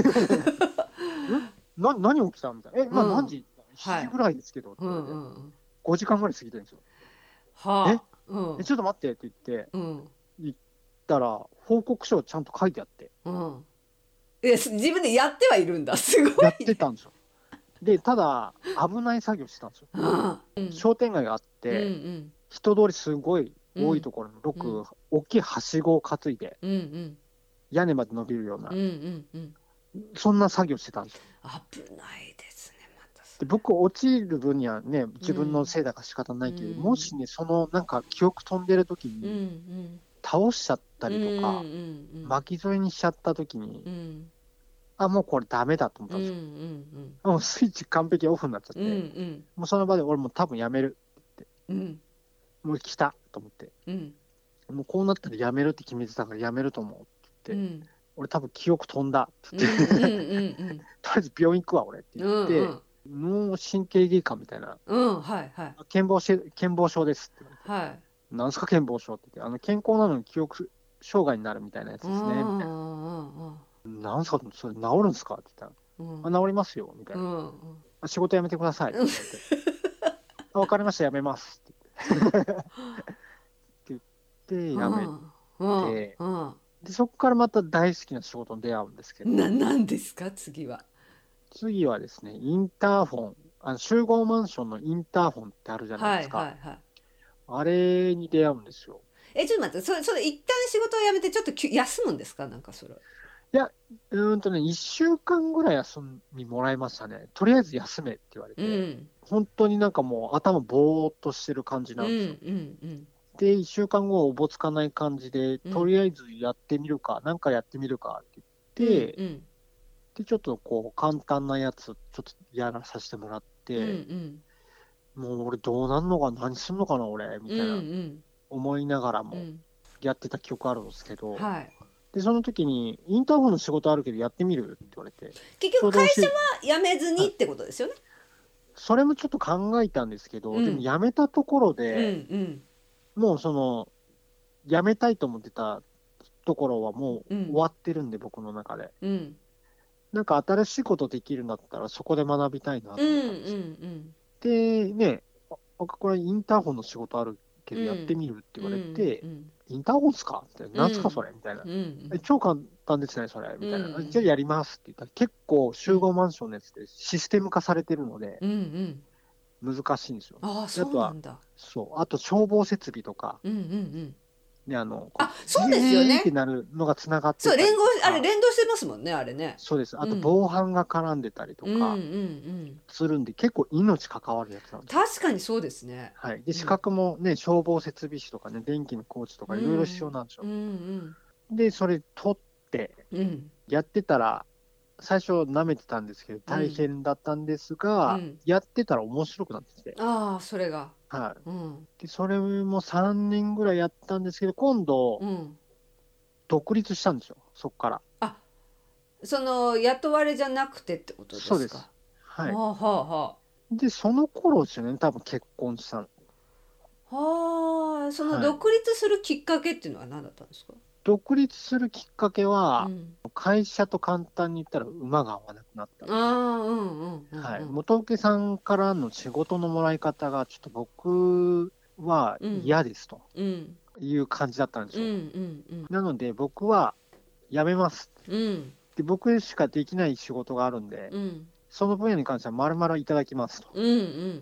んな何起きたみたいな。え、まあうん何時、 はい ?しち 時ぐらいですけど、ってう言われて、 んうんうんごじかんぐらい過ぎてるんですよ。 はあうえ、 んちょっと待ってって言って、 うん行ったら、報告書をちゃんと書いてあって、 うんいや、す自分でやってはいるんだ。すごいやってたんですよ。で、ただ、危ない作業してたんですよ。 ああうん商店街があっうんうて、 ん人通りすごい多いところに、ろく、 うん大きいはしごを担いで、 うんうん屋根まで伸びるような、 うんうんうんそんな作業してたんですよ。 危ないですね、またそで、僕、落ちる分にはね、自分のせいだから仕方ないけど、 うんもしね、その、なんか、記憶飛んでる時うんうに、 ん倒しちゃったりとかうん、うんうん巻き添えにしちゃった時に、 うんあ、もうこれダメだと思ったうんんうですよ。 んもうスイッチ完璧オフになっちゃって、 うんうんもうその場で俺もう多分やめる。 うんもう来たと思って。 うんもうこうなったらやめるって決めてたからやめると思うってう言って、 ん俺多分記憶飛んだってうん言って、 うんうんとりあえず病院行くわ俺ってうん言って、 うん脳神経外科みたいな、 うんはいはい健忘症健忘症ですって言われて、 はいなんすか健忘症って言って、あの健康なのに記憶障害になるみたいなやつうんうですね、みたいな。 んうんなんすかそれ治るんですかって言ったうんら、あ治りますよみたいうな。 んあ仕事辞めてくださいって言われて、あ分かりました、辞めますって言って。って言って、辞めうんて、 うんで、そこからまた大好きな仕事に出会うんですけど、 な、なんですか次は。 次はですね、インターホン、あの集合マンションのインターホンってあるじゃないはいですか。 はいはい。 あれに出会うんですよ。 え、ちょっと待って、それ、それ一旦仕事を辞めてちょっときゅ休むんですかなんかそれ。 いや、うーんとね、いっしゅうかんぐらい休みもらいましたね。とりあえず休めって言われて、 うん。 本当になんかもう頭ぼーっとしてる感じうんうなんですよ。 んうん。 で、いっしゅうかんごおぼつかない感じで、 うんとりあえずやってみるか、なんかやってみるかって言って、 うんうんで、ちょっとこう、簡単なやつ、ちょっとやらさせてもらっうんて、 うんもう俺どうなんのかな、何すんのかな、俺、みたいうんうなん思いながらもうんやってた記憶あるんですけど、 はい。 で、その時に、インターホンの仕事あるけどやってみるって言われて、 結局会社ちょうどは辞めずにってことですよね。 それもちょっと考えたんですけど、 うんでも辞めたところうんで、 うんもうその、辞めたいと思ってたところはもう終わってるんで、うん、僕の中で、 うん、 なんか新しいことできるんだったらそこで学びたいなと思ったんですよ、 うんうんうん、 でね、僕これインターホンの仕事あるけどやってみるって言われて、うんうん、インターホンっすかって、なんすかそれみたいな、うんうん、え超簡単ですねそれみたいな、うん、じゃあやりますって言ったら結構集合マンションのやつでシステム化されてるので、うんうん、難しいんですよ。 ああ、そうなんだ。 そう、あと消防設備とか、 うんうんうん、 ね、あのあ、そうですよね。 ってなるのがつながってたりとか、そう連合あれ連動してますもんねあれね。 そうです。あと防犯が絡んでたりとかするんで、うんうんうん、結構命関わるやつなんですよ。 確かにそうですね。 はい。で資格もね、消防設備士とかね、電気のコーチとかいろいろ必要なんですよ。 うんうんうん、 でそれ取ってやってたら、最初舐めてたんですけど大変だったんですが、うん、やってたら面白くなってきて、 ああそれが、 はい、うん、でそれもさんねんぐらいやったんですけど、今度、うん、独立したんですよ、そこから。 あ、その雇われじゃなくてってことですか。 そうです。はい。 はあはあはあ、 でその頃ですよね、多分結婚したの。 はあ、その独立するきっかけっていうのは何だったんですか。はい、 独立するきっかけは、うん、会社と簡単に言ったら馬が合わなくなったんですよ。元請さんからの仕事のもらい方がちょっと僕は嫌ですという感じだったんですよ。なので僕は辞めます、うん、で僕しかできない仕事があるんで、うん、その分野に関しては丸々いただきますと、うんうん、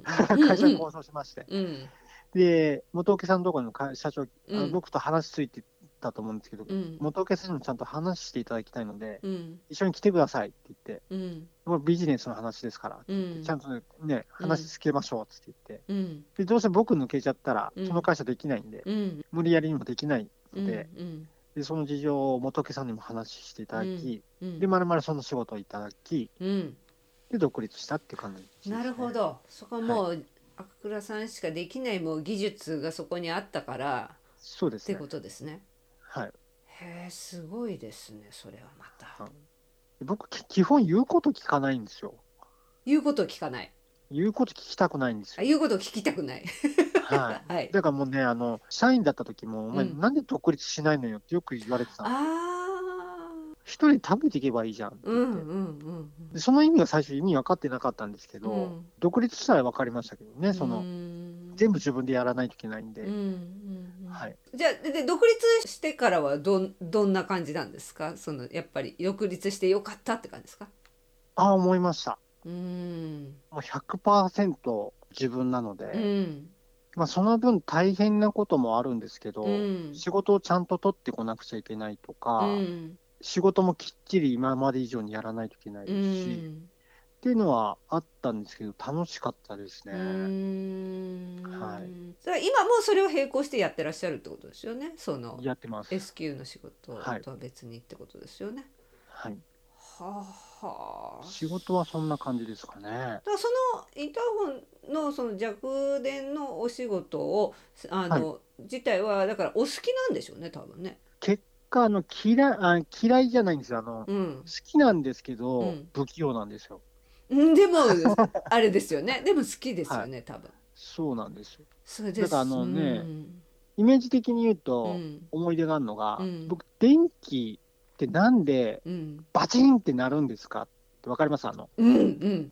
会社に交渉しまして、うんうん、で元請さんのところの社長、うん、僕と話ついてたと思うんですけど、うん、元請さんにもちゃんと話していただきたいので、うん、一緒に来てくださいって言って、うん、ビジネスの話ですからって言って、うん、ちゃんとね話つけましょうって言って、うん、でどうせ僕抜けちゃったら、うん、その会社できないんで、うん、無理やりにもできないので、うんうん、でその事情を元請さんにも話していただき、うんうん、でまるまるその仕事をいただき、うん、で独立したっていう感じですね。 なるほど、そこはもう、はい、赤倉さんしかできないもう技術がそこにあったから、 そうですね、 ってことですね。 はい。 へえ、すごいですね、それはまた。 僕基本言うこと聞かないんですよ。 言うこと聞かない。 言うこと聞きたくないんですよ。 あ、言うこと聞きたくない。 はい。はい、だからもうね、あの社員だった時も、お前なんで独立しないのよってよく言われてたんですよ。ああ。一人食べていけばいいじゃんって言って、うんうんうんうん、でその意味が最初意味分かってなかったんですけど、うん、独立したら分かりましたけどね、その全部自分でやらないといけないんで、うんうんうん、はい、 じゃあで独立してからはどどんな感じなんですか。そのやっぱり独立してよかったって感じですか。 ああ、思いました。うん、もう ひゃくパーセント 自分なので、うん、まあ、その分大変なこともあるんですけど、うん、仕事をちゃんと取ってこなくちゃいけないとか、うん、仕事もきっちり今まで以上にやらないといけないですし、うん、っていうのはあったんですけど楽しかったですね。うーん、はい、それ今もそれを並行してやってらっしゃるってことですよね。そのやってます。 S q の仕事とは別にってことですよね。 はい、 ははあ、 仕事はそんな感じですかね。だからそのインターホンのその弱電のお仕事をあの、はい、自体はだからお好きなんでしょうね、多分ね。 結果あの嫌い、あ嫌いじゃないんですよ。あの、うん、好きなんですけど、うん、不器用なんですよ。 でもあれですよね。でも好きですよね、はい、多分。 そうなんですよ。 それです。 だからあのね、うん、イメージ的に言うと思い出があるのが、うん、僕電気ってなんでバチンってなるんですかって分かります？あの、うんうん、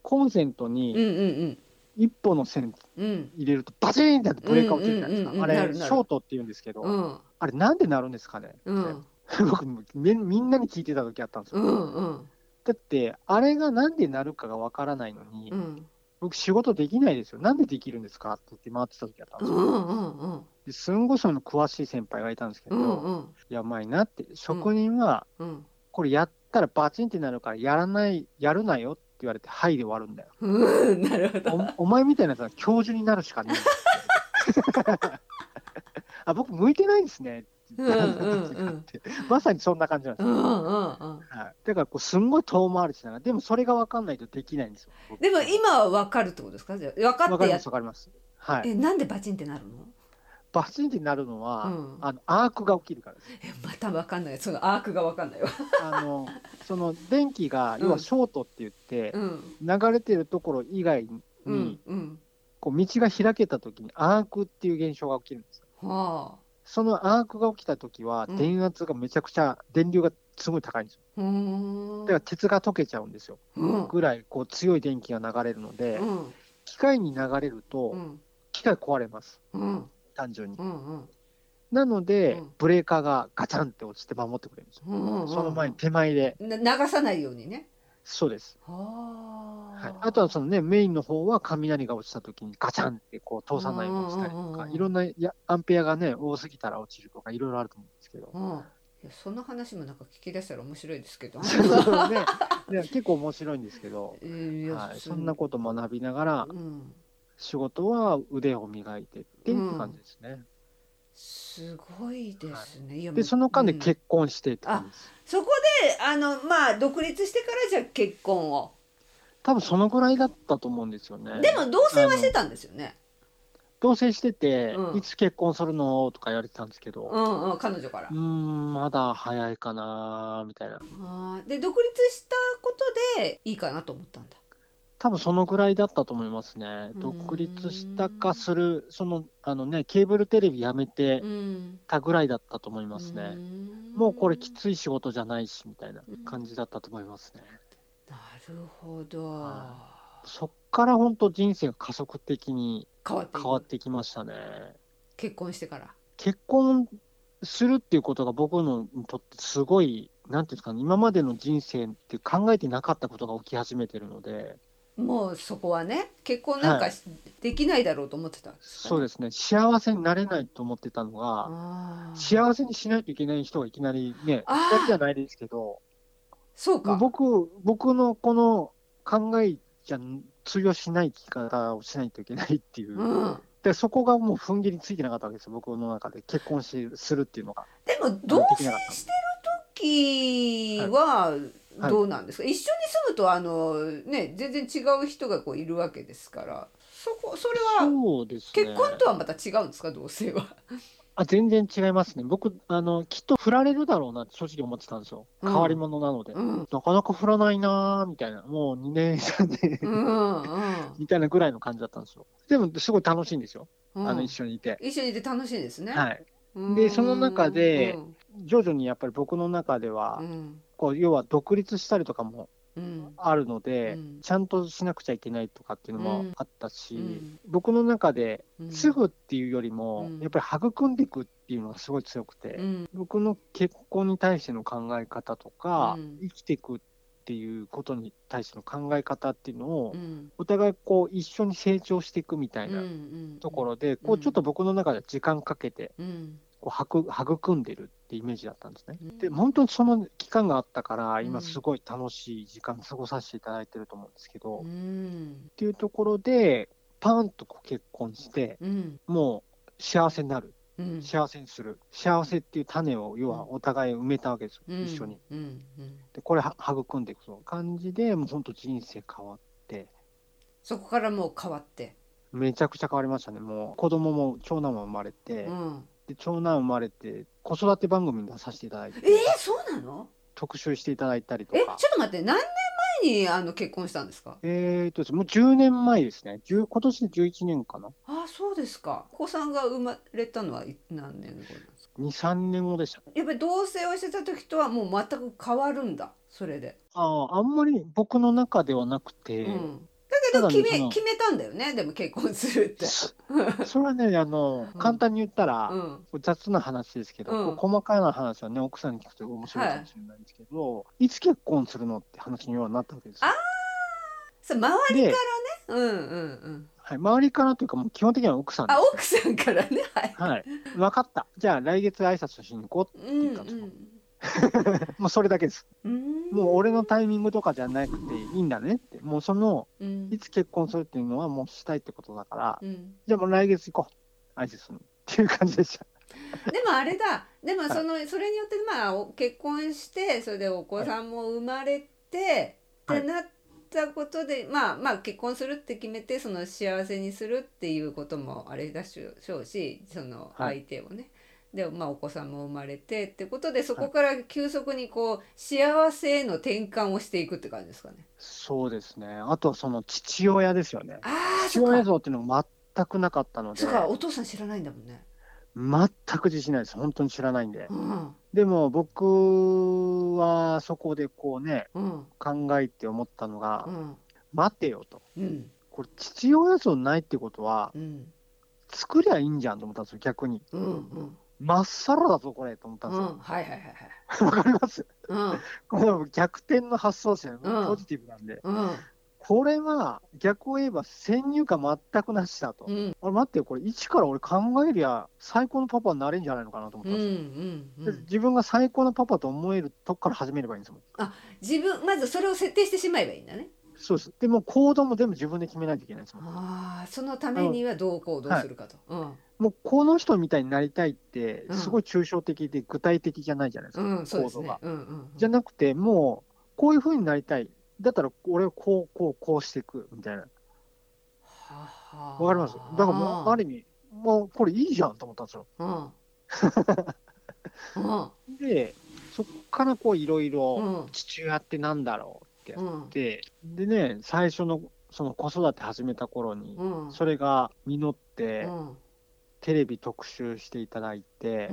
コンセントに一本の線入れるとバチンってブレーカー落ちるじゃないですか。あれショートって言うんですけど、うん、あれなんでなるんですかねって、うん、僕みんなに聞いてた時あったんですよ。うんうん、だってあれがなんでなるかが分からないのに、うん、僕仕事できないですよ。なんでできるんですかって言って回ってた時あったんですよ。うんうんうん、ですんごいそういうの詳しい先輩がいたんですけど、うんうん、やばいなって、職人はこれやったらバチンってなるからやらないやるなよって言われてはいで終わるんだよ。 うん、なるほど。 お, お前みたいなやつは教授になるしかないんだあ、僕向いてないんですねって言ったんですが、まさにそんな感じなんですよ。うんうんうん、はい、だからこうすんごい遠回りしながら、でもそれが分かんないとできないんですよ。 でも今は分かるってことですか？じゃあ分かってや分かります分かります。はい。 え、なんでバチンってなるの？ バチンってなるのは、うん、あのアークが起きるからです。 え、また分かんない。そのアークが分かんないわあのその電気が要はショートって言って、うん、流れてるところ以外に、うんうん、こう道が開けた時にアークっていう現象が起きるんですよ。はあ、 そのアークが起きた時は、 うん電圧がめちゃくちゃ、電流がすごい高いんですよ。 うーんだから鉄が溶けちゃうんですよ。 うんぐらいこう強い電気が流れるので、 うん機械に流れるうと、 ん機械壊れます。 うん単純に。 うんうんなので、 うんブレーカーがガチャンって落ちて守ってくれるんですよ。 うんうんその前に手前で。 な流さないようにね。 そうです。 ははい、あとはそのね、メインの方は雷が落ちた時にガチャンってこう通さないようにしたりとか、 うんうんうんうんいろんなやアンペアがね、多すぎたら落ちるとか、いろいろあると思うんですけど。 うん、いやその話もなんか聞き出したら面白いですけどそうね、ね結構面白いんですけど、 えーいやはい、 普通そんなこと学びながら、 うん、 仕事は腕を磨いてっていう感じですね。 すごいですね、いやで、 もうその間でうん結婚してって感じです。 そこであのまあ独立してからじゃあ結婚を多分そのぐらいだったと思うんですよね。 でも同棲はしてたんですよね。 同棲してて、 うんいつ結婚するのとか言われてたんですけど、 うんうん彼女からうーん、まだ早いかなみたいな。 あーで独立したことでいいかなと思ったんだ。 多分そのぐらいだったと思いますね。 うん独立したかする、その、あのね、ケーブルテレビやめてうんたぐらいだったと思いますね。 んもうこれきつい仕事じゃないし、みたいな感じだったと思いますね。 なるほど、 はそっから本当人生が加速的に変わっていく変わってきましたね。 結婚してから結婚するっていうことが僕のにとってすごい、なんていうんですかね、今までの人生って考えてなかったことが起き始めてるので、 もうそこはね結婚なんかはいできないだろうと思ってたんですかね、 そうですね、幸せになれないと思ってたのが、 あー幸せにしないといけない人がいきなりね、 あーいきなりじゃないですけど、もうそうか僕、僕のこの考えじゃ通用しない生き方をしないといけないっていう、 うん、 でそこがもう踏ん切りついてなかったわけですよ、僕の中で結婚しするっていうのが。 でも同棲できなかったしてる時ははいどうなんですか、一緒に住むとあのね全然違う人がこういるわけですからそこそれはそうですね。 結婚とはまた違うんですか同棲は。 あ全然違いますね。僕あの、きっと振られるだろうなって正直思ってたんですよ。 うん変わり者なので。 うんなかなか振らないなーみたいな、もうにねん、さんねん、 うんうんみたいなぐらいの感じだったんですよ。でも、すごい楽しいんですよ。 うんあの一緒にいて。 一緒にいて楽しいですね。 はい。 うんで、その中でうん徐々にやっぱり僕の中では、 うんこう要は独立したりとかもうんあるので、 うんちゃんとしなくちゃいけないとかっていうのもあったし、 うん僕の中でうんすぐっていうよりも、 うんやっぱり育んでいくっていうのがすごい強くて、 うん僕の結婚に対しての考え方とか、 うん生きていくっていうことに対しての考え方っていうのを、 うんお互いこう一緒に成長していくみたいなところで、こうちょっと僕の中で時間かけてうんこう育育んでるってイメージだったんですね。 うんで本当にその期間があったからうん今すごい楽しい時間過ごさせていただいてると思うんですけど、 うっんていうところでパーンとこう結婚してうんもう幸せになる、 うん幸せにする、幸せっていう種を要はお互い埋めたわけですよ、 うん一緒に。 うんうんでこれは育んでいくその感じでもう本当人生変わってそこからもう変わってめちゃくちゃ変わりましたね。もう子供も長男も生まれて、 うんで長男生まれて子育て番組に出させていただいて、 えー、そうなの？ 特集していただいたりとえ、 か。 ちょっと待って、何年前にあの結婚したんですか？ えーとですねもうじゅうねんまえですね。じゅう今年でじゅういちねんかな。 あ、そうですか。お子さんが生まれたのはい何年後なんですか？ に、さんねんごでしたね。 やっぱり同棲をしてた時とはもう全く変わるんだ、それで。 ああ、あんまり僕の中ではなくて、 うん。だけど決め、 ただねその決めたんだよね、でも結婚するって。 そそれはね、あの、 うん簡単に言ったら、 うん。 雑な話ですけど、 うんこう細かいな話はね、奥さんに聞くと面白いかもしれないんですけど、い、つ結婚するのって話にはなったわけですよ。 あそう、周りで、 からね。うんうんうん。 はい、周りからというか、もう基本的には奥さんであ、 す、ね。 奥さんからね。はい。 はい。分かった。じゃあ来月挨拶しに行こうってうん言ったんですよ。 うん。 もうそれだけです。 うんもう俺のタイミングとかじゃなくていいんだねって。もうその、 うんいつ結婚するっていうのはもうしたいってことだから、 うん。 じゃあもう来月行こう。挨拶するっていう感じでした。 でもあれだ、でもその、それによってまあお結婚してそれでお子さんも生まれて、 はいってなったことで、まあまあ結婚するって決めてその幸せにするっていうこともあれだしょうし、その相手をね、でまあお子さんも生まれてってことでそこから急速にこう幸せへの転換をしていくって感じですかね。 そうですね。あとはその父親ですよね。 ああ、 父親そっか。 像っていうのが全くなかったのでそっ、か、お父さん知らないんだもんね。 全く自信ないです。本当に知らないんで。 うん、 でも僕はそこでこうね、 うん、 考えて思ったのが、 うん、 待てよと。 うん、 これ父親像ないってことは、 うん、 作りゃいいんじゃんと思ったんですよ、逆に。 うん、うん、 まっさらだぞ、これと思ったんうん、 ですよ。 はいはいはいはい。 わかります？ うん、 この逆転の発想ですね。 うん、 ポジティブなんで。 うん、 これは逆を言えば先入観全くなしだと。 うん、 あれ待ってよ、これ一から俺考えりゃ最高のパパになれるんじゃないのかなと思っうん、うたんですよ。 ん、うでん。 自分が最高のパパと思えるとこから始めればいいんですもん。 あ、自分、まずそれを設定してしまえばいいんだね。 そうです。でも行動も全部自分で決めないといけないんですもん。 ああ、そのたあの、 めにはどう行動はい。 するかと。うん、 もうこの人みたいになりたいって、 うん、 すごい抽象的で具体的じゃないじゃないですか、 うん、そうですね。 行動が。 うん、うん、うじゃん。 なくて、もう、こういう風になりたい。だったら、俺をこう、こう、こうしていく、みたいな。 はわかります？だからもう、あはる意味、もう、これいいじゃんと思ったんですよ。 あ。うん、うん、 で、そっからこう、いろいろ、 うん、 父親ってなんだろうってやっうん、 て、でね、最初の、その子育て始めた頃に、 うん、 それが実っうて、 ん、 テレビ特集していただいて、 うん。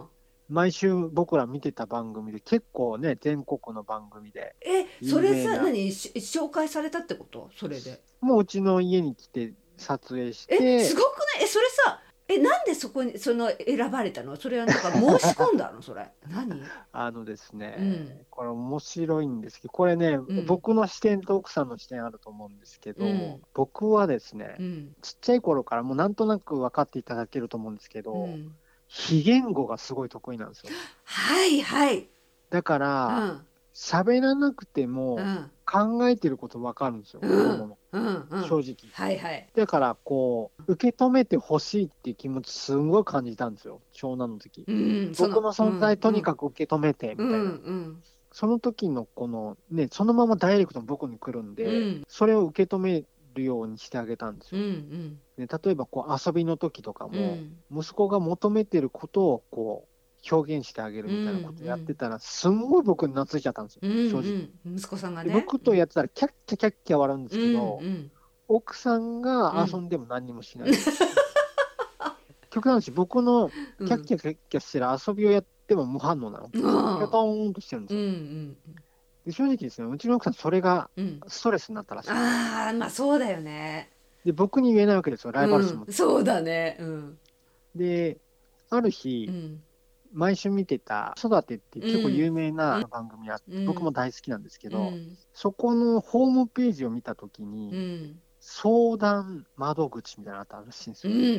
毎週僕ら見てた番組で、結構ね、全国の番組でえ、それさ、 有名な、 何、し紹介されたってことそれで。 もううちの家に来て撮影しえ、すて、 ごくない？え、それさ、え、なんでそこに、その、選ばれたの？それはなんか申し込んだのそれ。何？ あのですうん、 ね、これ面白いんですけど、これね、 うん、 僕の視点と奥さんの視点あると思うんですけど、 うん、 僕はですね、 うん、 ちっちゃい頃からもうなんとなく分かっていただけると思うんですけど、 うん。 非言語がすごい得意なんですよ。 はいはい。 だから、 うん、 喋らなくてもうん、 考えてること分かるんですよ、子うん、 供の。 うん、うん。 正直。 はいはい。 だから、こう、受け止めてほしいっていう気持ちすんごい感じたんですよ、長男の時。 うん、そ僕の、うん、 の存在とうん、 にかく受け止めて、 うん、 みたいな。 うん、 その時のこのね、そのままダイレクトに僕に来るんで、 うん、 それを受け止めるようにしてあげたんですうん、うよ。 ん、 ね、例えばこう遊びの時とかも、 うん、 息子が求めてることをこう表現してあげるうん、 みたいなことうん、 やってたら、すんごい僕に懐いちゃったんですよ、 う正直。 ん、息子さんがで、 ね。 僕とやってたらキャッキャキャッキャ笑うんでうん、 すけど、 うん、 奥さんが遊うん、 んでも何にもしないんですよ。極端だし、僕のキャッうん、 キャキャッキャしてる遊びをやっても無反応なの。 うん、 ひょとーんとしてるんですうん、うよ。 ん、 で、正直ですね、うちの奥さん、それがうん。 ストレスになったらしいんですよ。 ああ、まあそうだよね。 で、僕に言えないわけですよ、ライバルうん、 視持って。 そうだね。うん、 で、ある日、 うん、 毎週見てた子育てっていうう結構有ん、 名な番組があって、 うん、 僕も大好きなんですけど、 うん、 そこのホームページを見たときうに、 ん、 相談窓口みたいなのがあったらしいんですうん、 よ。 うん、うん、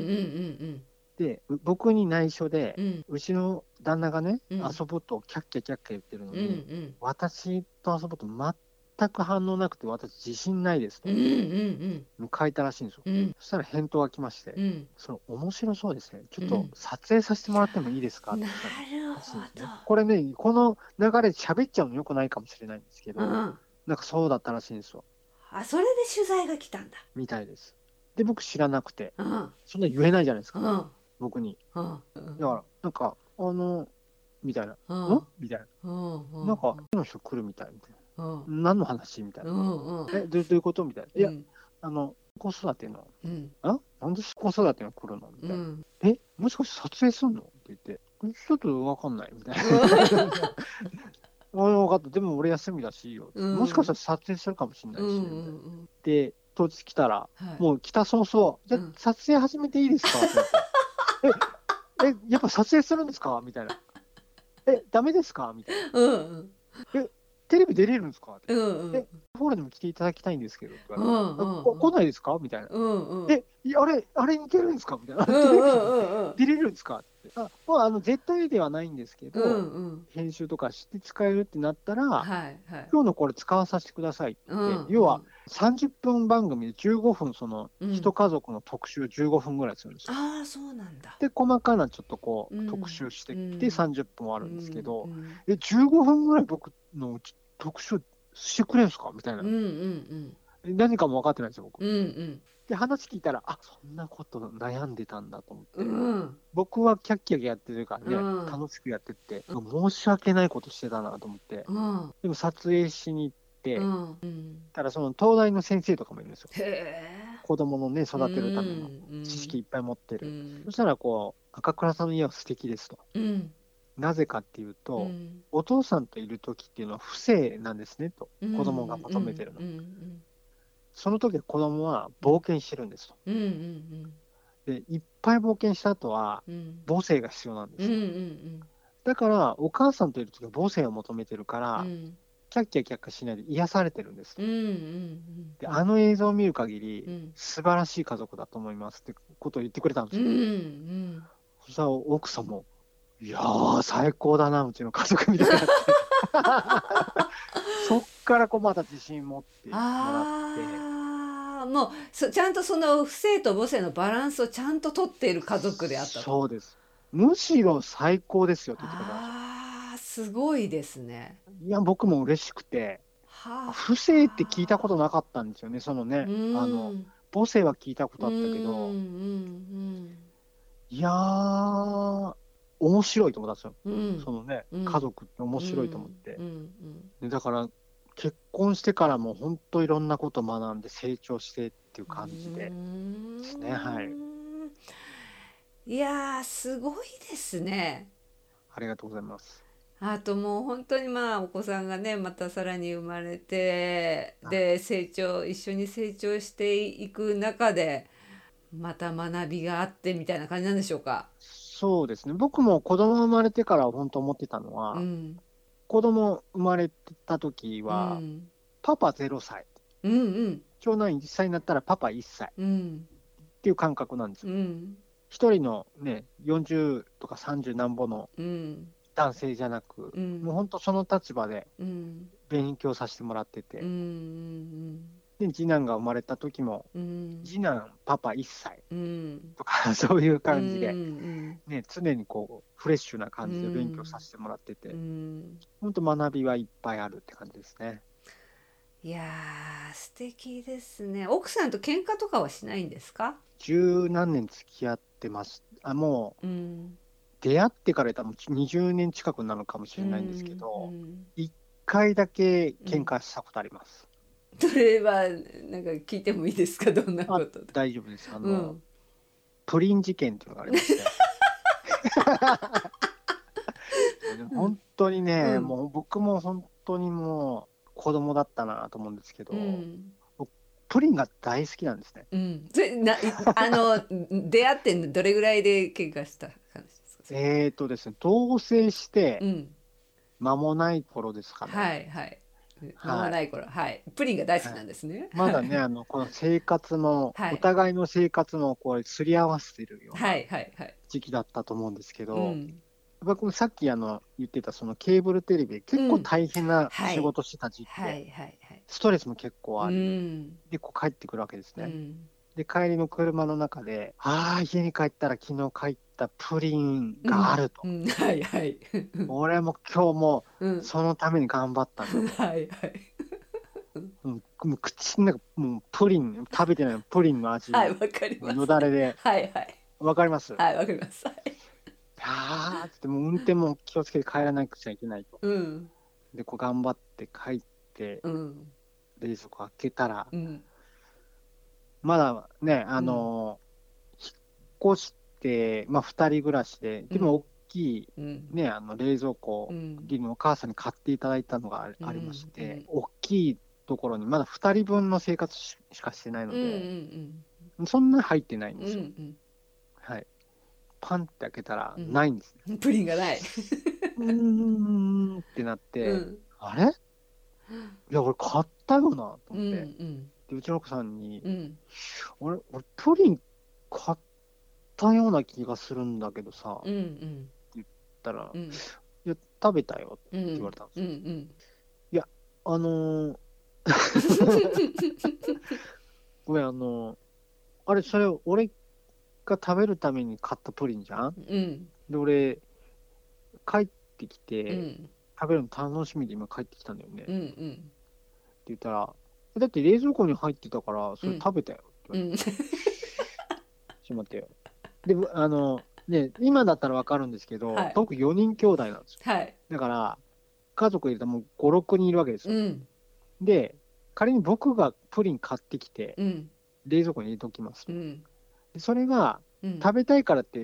で、う僕に内緒で、 うん、 うちの旦那がね、 うん、 遊ぶとキャッキャキャッキャ言ってるのうん、うに、 ん、 私と遊ぶと全く反応なくて、私自信ないですうん、 とうん、 書いたらしいんですよ。 うん、 そしたら返答が来まして、 うん、 その面白そうですね。ちょっとうん。 撮影させてもらってもいいですかってな来たるほらしいんですね。 ど。 これね、この流れで喋っちゃうの良くないかもしれないんですけど、 うん。 なんかそうだったらしいんですよ。 あ、それで取材が来たんだ。 みたいです。で、僕知らなくて、 うん、 そんな言えないじゃないですか。 うん、 僕に。 うん、うだから、 ん、 なんか、あの、みたいな。 うん、 んみたいな。 うん、うん、 なんか、この人来るみたいみたいうん、 な。何の話みたいな。 うん、うん、 え、どうどういうことみたいな。いや、 うん、 あの、子育ての、 うん、 あなんで子育てが来るのみたいな。 うん、 え、もしかして撮影すんのって言って、ちょっとわかんないみたいな。ああ、分かった。でも俺休みだしいいよ。 うん、 もしかしたら撮影するかもしれなうん、ういし、みたいな。 ん、 で、当日来たら、 はい。 もう来た早々、じゃあうん、 撮影始めていいですかって言って、え、え、やっぱ撮影するんですかみたいな。え、ダメですかみたいな。 うん、 え、テレビ出れるんですかってうん、うん、 え、フォーラにも来ていただきたいんですけど、って言うわれて、 ん、 あこ来ないですかみたいな。 うん、うん、 え、いやあれ、あれに行けるんですかみたいな。 うテレビにん、 出れるんですかって。あ、まあ、あの、絶対ではないんですけうど、 ん、うん、 編集とかして使えるってなったら、 はい、はい。 今日のこれ使わさせてくださいってう言って、 ん、 要はうん、 さんじゅっぷん番組でじゅうごふん、その、 うん一家族の特集をじゅうごふんぐらいするんですよ。 ああ、そうなんだ。 で、細かなちょっとこう、 うん、 特集してうきてん、 さんじゅっぷんあうるんですけん、うど、 ん、 え、じゅうごふんぐらい僕の特集してくれるんですかみたいな。 うん、うん、 何かも分かってないんですよ、僕。 うん、うん、 で、話聞いたら、あ、そんなこと悩んでたんだと思って。 うん、 僕はキャッキャやってるからね、 うん楽しくやってて、申し訳ないことしてたなと思って。 うん、 でも撮影しに行って、 うん、うん。 ただその東大の先生とかもいるんですよ。 へえ。 子供のね、 う育てるためのん、 知識いっぱい持ってうる。 ん、 そしたらこう、 赤倉さんの家は素敵ですと。 うん、 なぜかっていうと、 うん、 お父さんといる時っていうのは不正なんですねと、 うん、 子供が求めてるの。 うん、 その時は子供は冒険してるんですと。 うん、うん、 で、いっぱい冒険した後はうん、 母性が必要なんでうん、うすよ。 ん、 だから、お母さんといる時は母性を求めてるかうら、 ん、 キャッキャキャッキャしないで癒されてるんですと。 うん、うん、 で、あの映像を見る限り、 うん、 素晴らしい家族だと思いますってことを言ってくれたんでうん、 すよ。 うん、 そしたら奥さんも、いやー、最高だな、うちの家族みたいになって。そっからこうまた自信持ってもらって。 ああ、もうそちゃんとその父性と母性のバランスをちゃんと取っている家族であったと。 そうです。むしろ最高ですよって言ってくれたんですよ。 ああ、すごいですね。 いや、僕も嬉しくて、 はあ、 不正って聞いたことなかったんですよね、そのね、 うあの、 ん、 母性は聞いたこうん、 とあったけうど、 ん、 いやー、面白いと思ったんですよ。 うん、 そのね、 うん、 家族って面うん、 白いと思って。 うん、 でだから、結婚してからも本当いろんなこと学んで成長してっていうう感じでですね。はい。 ん。いやー、すごいですね。 ありがとうございます。 あともう本当にまあお子さんがねまたさらに生まれてはい。 で成長一緒に成長していく中でまた学びがあってみたいな感じなんでしょうか。 そうですね。僕も子供生まれてから本当思ってたのは、 うん子供生まれた時うは、 んパパゼロさい。 うんうん長男いっさいになったらパパいっさいっうんていう感覚なんですよ。 うん一人のね、よんじゅうとかさんじゅうなんぼのうん男性じゃなく、もううん本当その立場でうん勉強させてもらってうて、 んで、次男が生まれた時も、 うん次男パパいっさいうんとか、そういうう感じで、 んね、常にこう、フレッシュなう感じで勉強さんせてもらってうて、 ん。 本当学びはいっぱいあるって感じですね。 いやー素敵ですね。奥さんと喧嘩とかはしないんですか？ 十何年付き合ってます。あ、もう、 うん出会ってから多分にじゅうねん近くなのかもしうれないんですけんうど、 ん一回だけ喧うん。 嘩したことあります。 それはなんか聞いてもいいですか？どんなあ、 ことで。 大丈夫です。あの、 うん。 プリン事件っていうのがありまして。でも本当にね、 うんもう僕も本当にもう子供だったなと思うんですけうど、 ん僕プリンが大好きなんですね。 うん。それな、いあの出会ってどれぐらいで喧嘩した話ですか？それ。 えーとですね、同棲してうん。 間もない頃ですかね。 はいはい。間もはい。 ない頃、はい。プリンが大好きはい。 なんですね。 まだね、あの、この生活も、おはい。 互いの生活もこう、すり合わせてるようなはいはいはい。 時期だったと思うんですけど、 うん。 僕もさっきあの、言ってたそのケーブルテレビで結構うん。 大変なはい。 仕事してた時期で、 はいはいはい。 ストレスも結構うあり、 ん。 で、こう帰ってくるわけですね。 うん。 で、帰りの車の中で、ああ、家に帰ったら昨日帰ったプリンうん。 があると。 うん。はいはい。 俺も今日もうん。 そのために頑張ったんだと。 はいはい。 うん、もう口の中、もうプリン、食べてないプリンの味、 はい、わかりのます。はい。 よだれで、 はいはい。 わかります？ はい、わかります。はい。 あーって、もう運転も気をつけて帰らなくちゃいけないと。 うん。 で、こう頑張って帰って、 うん。 冷蔵庫開けたら、 うん。 まだね、あうん。 のー引っ越して、まあ二人暮らしで、でも大うん。 きい、 うん。 ね、あの冷蔵庫、 うん。 リのお母さんに買っていただいたのがあうありましん。うて、 ん。 大きいところにまだ二人分の生活ししかしてないうん。うので、 ん。 そんな入ってないんうん。うですよ。 ん。 はい。パンって開けたらうん。 ないんですね。 うん。プリンがない。 うーんってなって、 うん。 あれいや、俺買ったよなとうん。 思って。 うん。 で、うちの奥さんに、 うん。 俺、俺、プリン買ったような気がするんだけどさ、ってうん。 言ったら、 うん。 いや、食べたよってうん。 言われたんですうん。うよ。 ん。 いや、あのーごめん、あのーあれ、それ、俺が食べるために買ったプリンじゃん。 うん。 で、俺、帰ってきて、 うん。 食べるの楽しみで今帰ってきたんだよね。ってうん。 言ったら、だって冷蔵庫に入ってたから、それうん。 食べたよって言われて、 うん。 ちょっと待ってよ。で、あの、ね、今だったらわかるんですけど、 はい。 僕よにん兄弟なんですよ。 はい。 だから、家族入れたらもうご、ろくにんいるわけですよ。 うん。 で、仮に僕がプリン買ってきて、 うん。 冷蔵庫に入れておきますと。 うん。 でそれがうん。 食べたいからって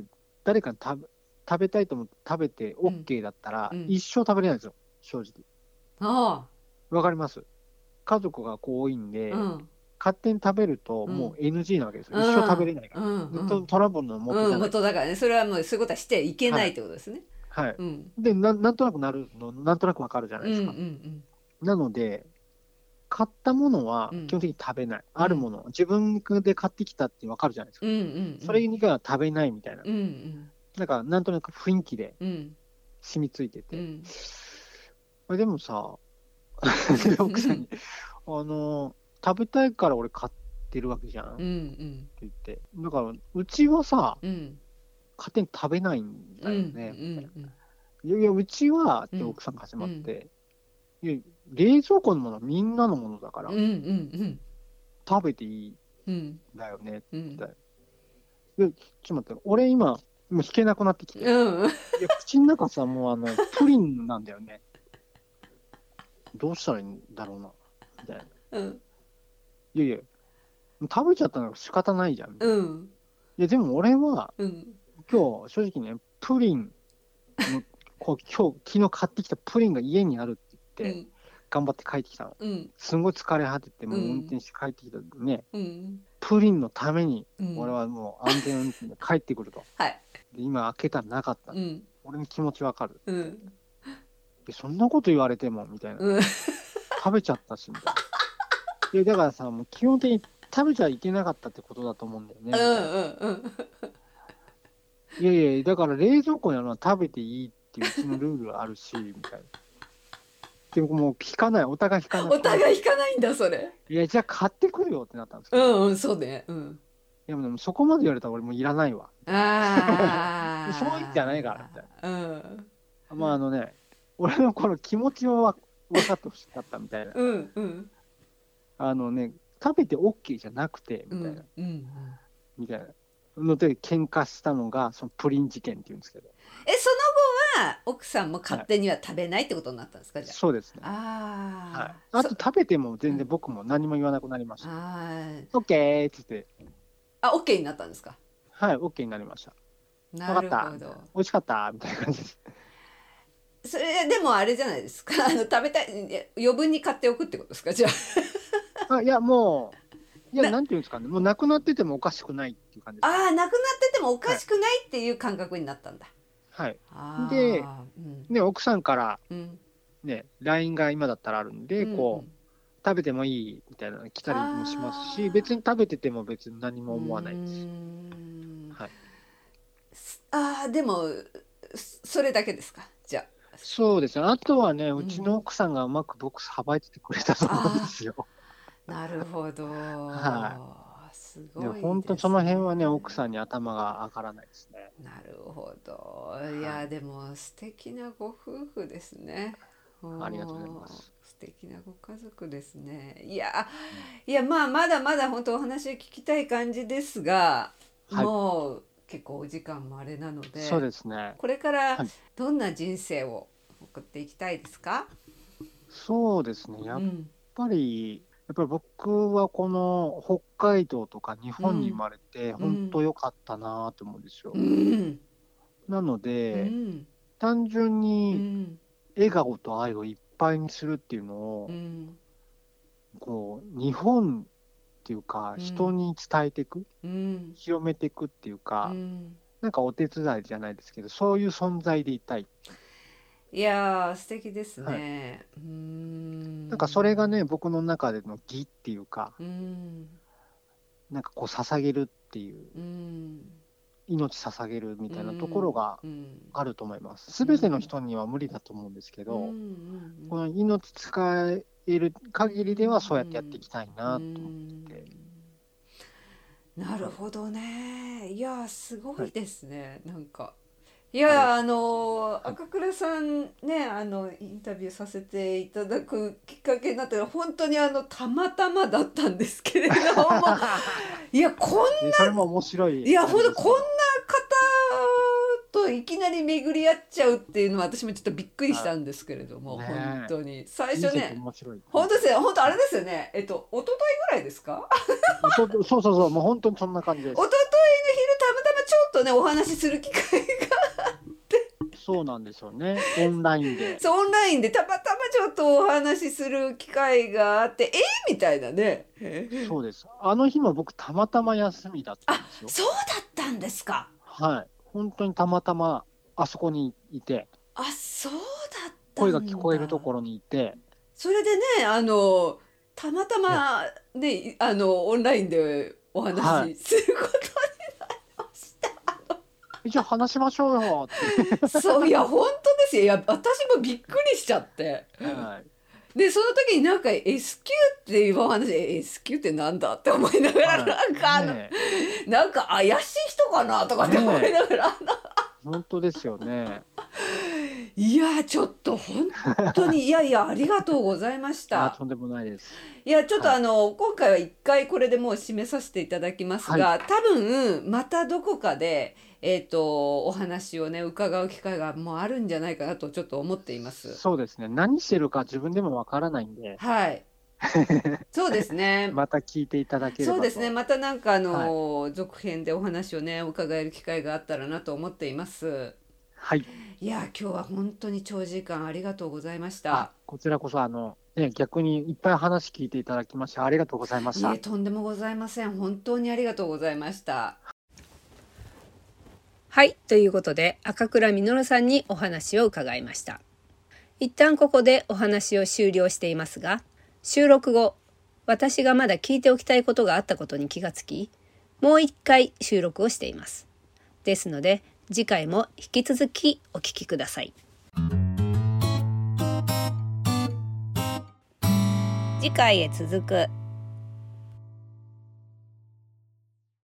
誰かに食べ食べたいと思って食べて OK だったら、うん、一生食べれないんですよ、正直。ああ。わかります。家族がこう多いんで、うん、勝手に食べるともう エヌジー なわけですよ。うん、一生食べれないから。うんうん、トラブルの元じゃない。うん、 元だからね。それはもうそういうことはしていけないってことですね。 はい。はいうん、でな、なんとなくなるの、なんとなくわかるじゃないですか。うんうんうん、なので、買ったものは基本的に食べない。うん、あるもの、自分で買ってきたってわかるじゃないですか。うんうんうん、それ以外は食べないみたいな。うんうんなんか、なんとなく雰囲気で染みついてて。うんうん、でもさ、奥さんに、あの、食べたいから俺買ってるわけじゃん、うんうん、って言って。だから、うちはさ、うん、勝手に食べないんだよね。うんうんうん、いやいや、うちは、って奥さんが始まって、うん、いや冷蔵庫のものはみんなのものだから、うんうんうん、食べていいんだよね、うん、って。で、ちょっと待って、俺今、もう引けなくなってきて。うん、いや、口の中さ、もうあの、プリンなんだよね。どうしたらいいんだろうな。みたいな。うん、いやいや、食べちゃったのが仕方ないじゃん。うん、いや、でも俺は、うん、今日、正直ね、プリンの、こう今日、昨日買ってきたプリンが家にあるって言って、うん、頑張って帰ってきたの。うん、すごい疲れ果てて、もう運転して帰ってきたね。うん、プリンのために、俺はもう安全運転で帰ってくると。はい。で今開けたらなかった、うん、俺の気持ちわかる、うん、でそんなこと言われてもみたいな、うん、食べちゃったしみたいないやだからさもう基本的に食べちゃいけなかったってことだと思うんだよねみたいな、うんうんうん、いやいやだから冷蔵庫にあるのは食べていいっていううちのルールがあるしみたいなでももう引かないお互い引かないお互い引かないんだそれいやじゃあ買ってくるよってなったんですけどうんうんそうねうんいやでもそこまで言われたら俺もういらないわ。あそういうんじゃないからみたいな。うん、まああのね、俺のこの気持ちを分かってほしかったみたいな。うんうん、あのね、食べて OK じゃなくてみたいな。うんうんうん、みたいな。ので喧嘩したのがそのプリン事件っていうんですけど。 え、その後は奥さんも勝手には食べないってことになったんですか、はい、じゃあ。 そうですね。ああ、はい。あと食べても全然僕も何も言わなくなりました。うん、OK って言って。 あ、OK になったんですか。 はい、OK になりました。 なるほど。 美味しかったみたいな感じです。 それでもあれじゃないですか。あの食べたい余分に買っておくってことですか。じゃあ。あいやもういやなんていうんですかね。もうなくなっててもおかしくないっていう感じです。 ああなくなっててもおかしくないっていう感覚になったんだ。 はい。で、うん、ね奥さんから、うん、ね ライン が今だったらあるんで、うん、こう。食べてもいいみたいなの来たりもしますし別に食べてても別に何も思わないです。はい、 あでもそれだけですかじゃあ。 そうですねあとはねうちの奥さんがうまく僕さばいててくれたと思うんですよ。 なるほど。 はい、すごいですね。本当その辺はね奥さんに頭が上がらないですね。 なるほど。いや、はい、でも素敵なご夫婦ですね。 ありがとうございます。 素敵なご家族ですね。いや、うん、いやまあまだまだ本当お話聞きたい感じですが、はい、もう結構お時間もあれなので、 そうですね。 これからどんな人生を送っていきたいですか？ そうですね。やっぱり、うん、やっぱり僕はこの北海道とか日本に生まれて本当良かったなと思うんですよ。うん、なので、うん、単純に笑顔と愛をいっぱいにするっていうのを、うん、こう日本っていうか、うん、人に伝えていく、うん、広めていくっていうか、うん、なんかお手伝いじゃないですけどそういう存在でいたい。 いやー素敵ですね、はい、うーんなんかそれがね僕の中での義っていうか、うん、なんかこう捧げるっていう、うん、命捧げるみたいなところがあると思います。すべての人には無理だと思うんですけど、うん、この命使える限りではそうやってやっていきたいなと思ってて、 うん、なるほどね。いやすごいですね、はい、なんかいやあの赤倉さんねあのインタビューさせていただくきっかけになったら本当にあのたまたまだったんですけれどもいやこんなそれも面白いいや本当こんな方といきなり巡り合っちゃうっていうのは私もちょっとびっくりしたんですけれども、ね、本当に最初ね本当ですよ本当あれですよねえっと一昨日ぐらいですかそうそうそうもう本当にそんな感じです。 一昨日の昼たまたまちょっとねお話しする機会がそうなんですよね。オンラインで。 そうオンラインでたまたまちょっとお話しする機会があってえー、みたいなね。 そうです。あの日も僕たまたま休みだったんですよ。 あ、そうだったんですか。 はい。本当にたまたまあそこにいて。 あ、そうだったんだ。 声が聞こえるところにいて。 それでね、あのたまたまね、ねあのオンラインでお話しすることになりました。はい、 じゃあ話しましょうよって。 そういや本当ですよ。いや私もびっくりしちゃって。はい。でその時になんか エスキュー っていうお話で エスキュー ってなんだって思いながら、はい、なんかあの、ね、なんか怪しい人かなとかって思いながら、ね、 本当ですよね。 いやちょっと本当にいやいやありがとうございました。 あ、とんでもないです。 いやちょっとあの、はい、今回は一回これでもう締めさせていただきますが、はい、多分またどこかでえーと、お話をね伺う機会がもうあるんじゃないかなとちょっと思っています。 そうですね。何してるか自分でもわからないんで。 はい。そうですね。 また聞いていただければと。 そうですね。またなんかあの、はい、続編でお話をね伺える機会があったらなと思っています。 はい。 いや今日は本当に長時間ありがとうございました。 こちらこそあの、ね、逆にいっぱい話聞いていただきましてありがとうございました。 いえとんでもございません。本当にありがとうございました。はい、ということで赤倉実さんにお話を伺いました。一旦ここでお話を終了していますが、収録後私がまだ聞いておきたいことがあったことに気がつき、もう一回収録をしています。ですので次回も引き続きお聞きください。 次回へ続く。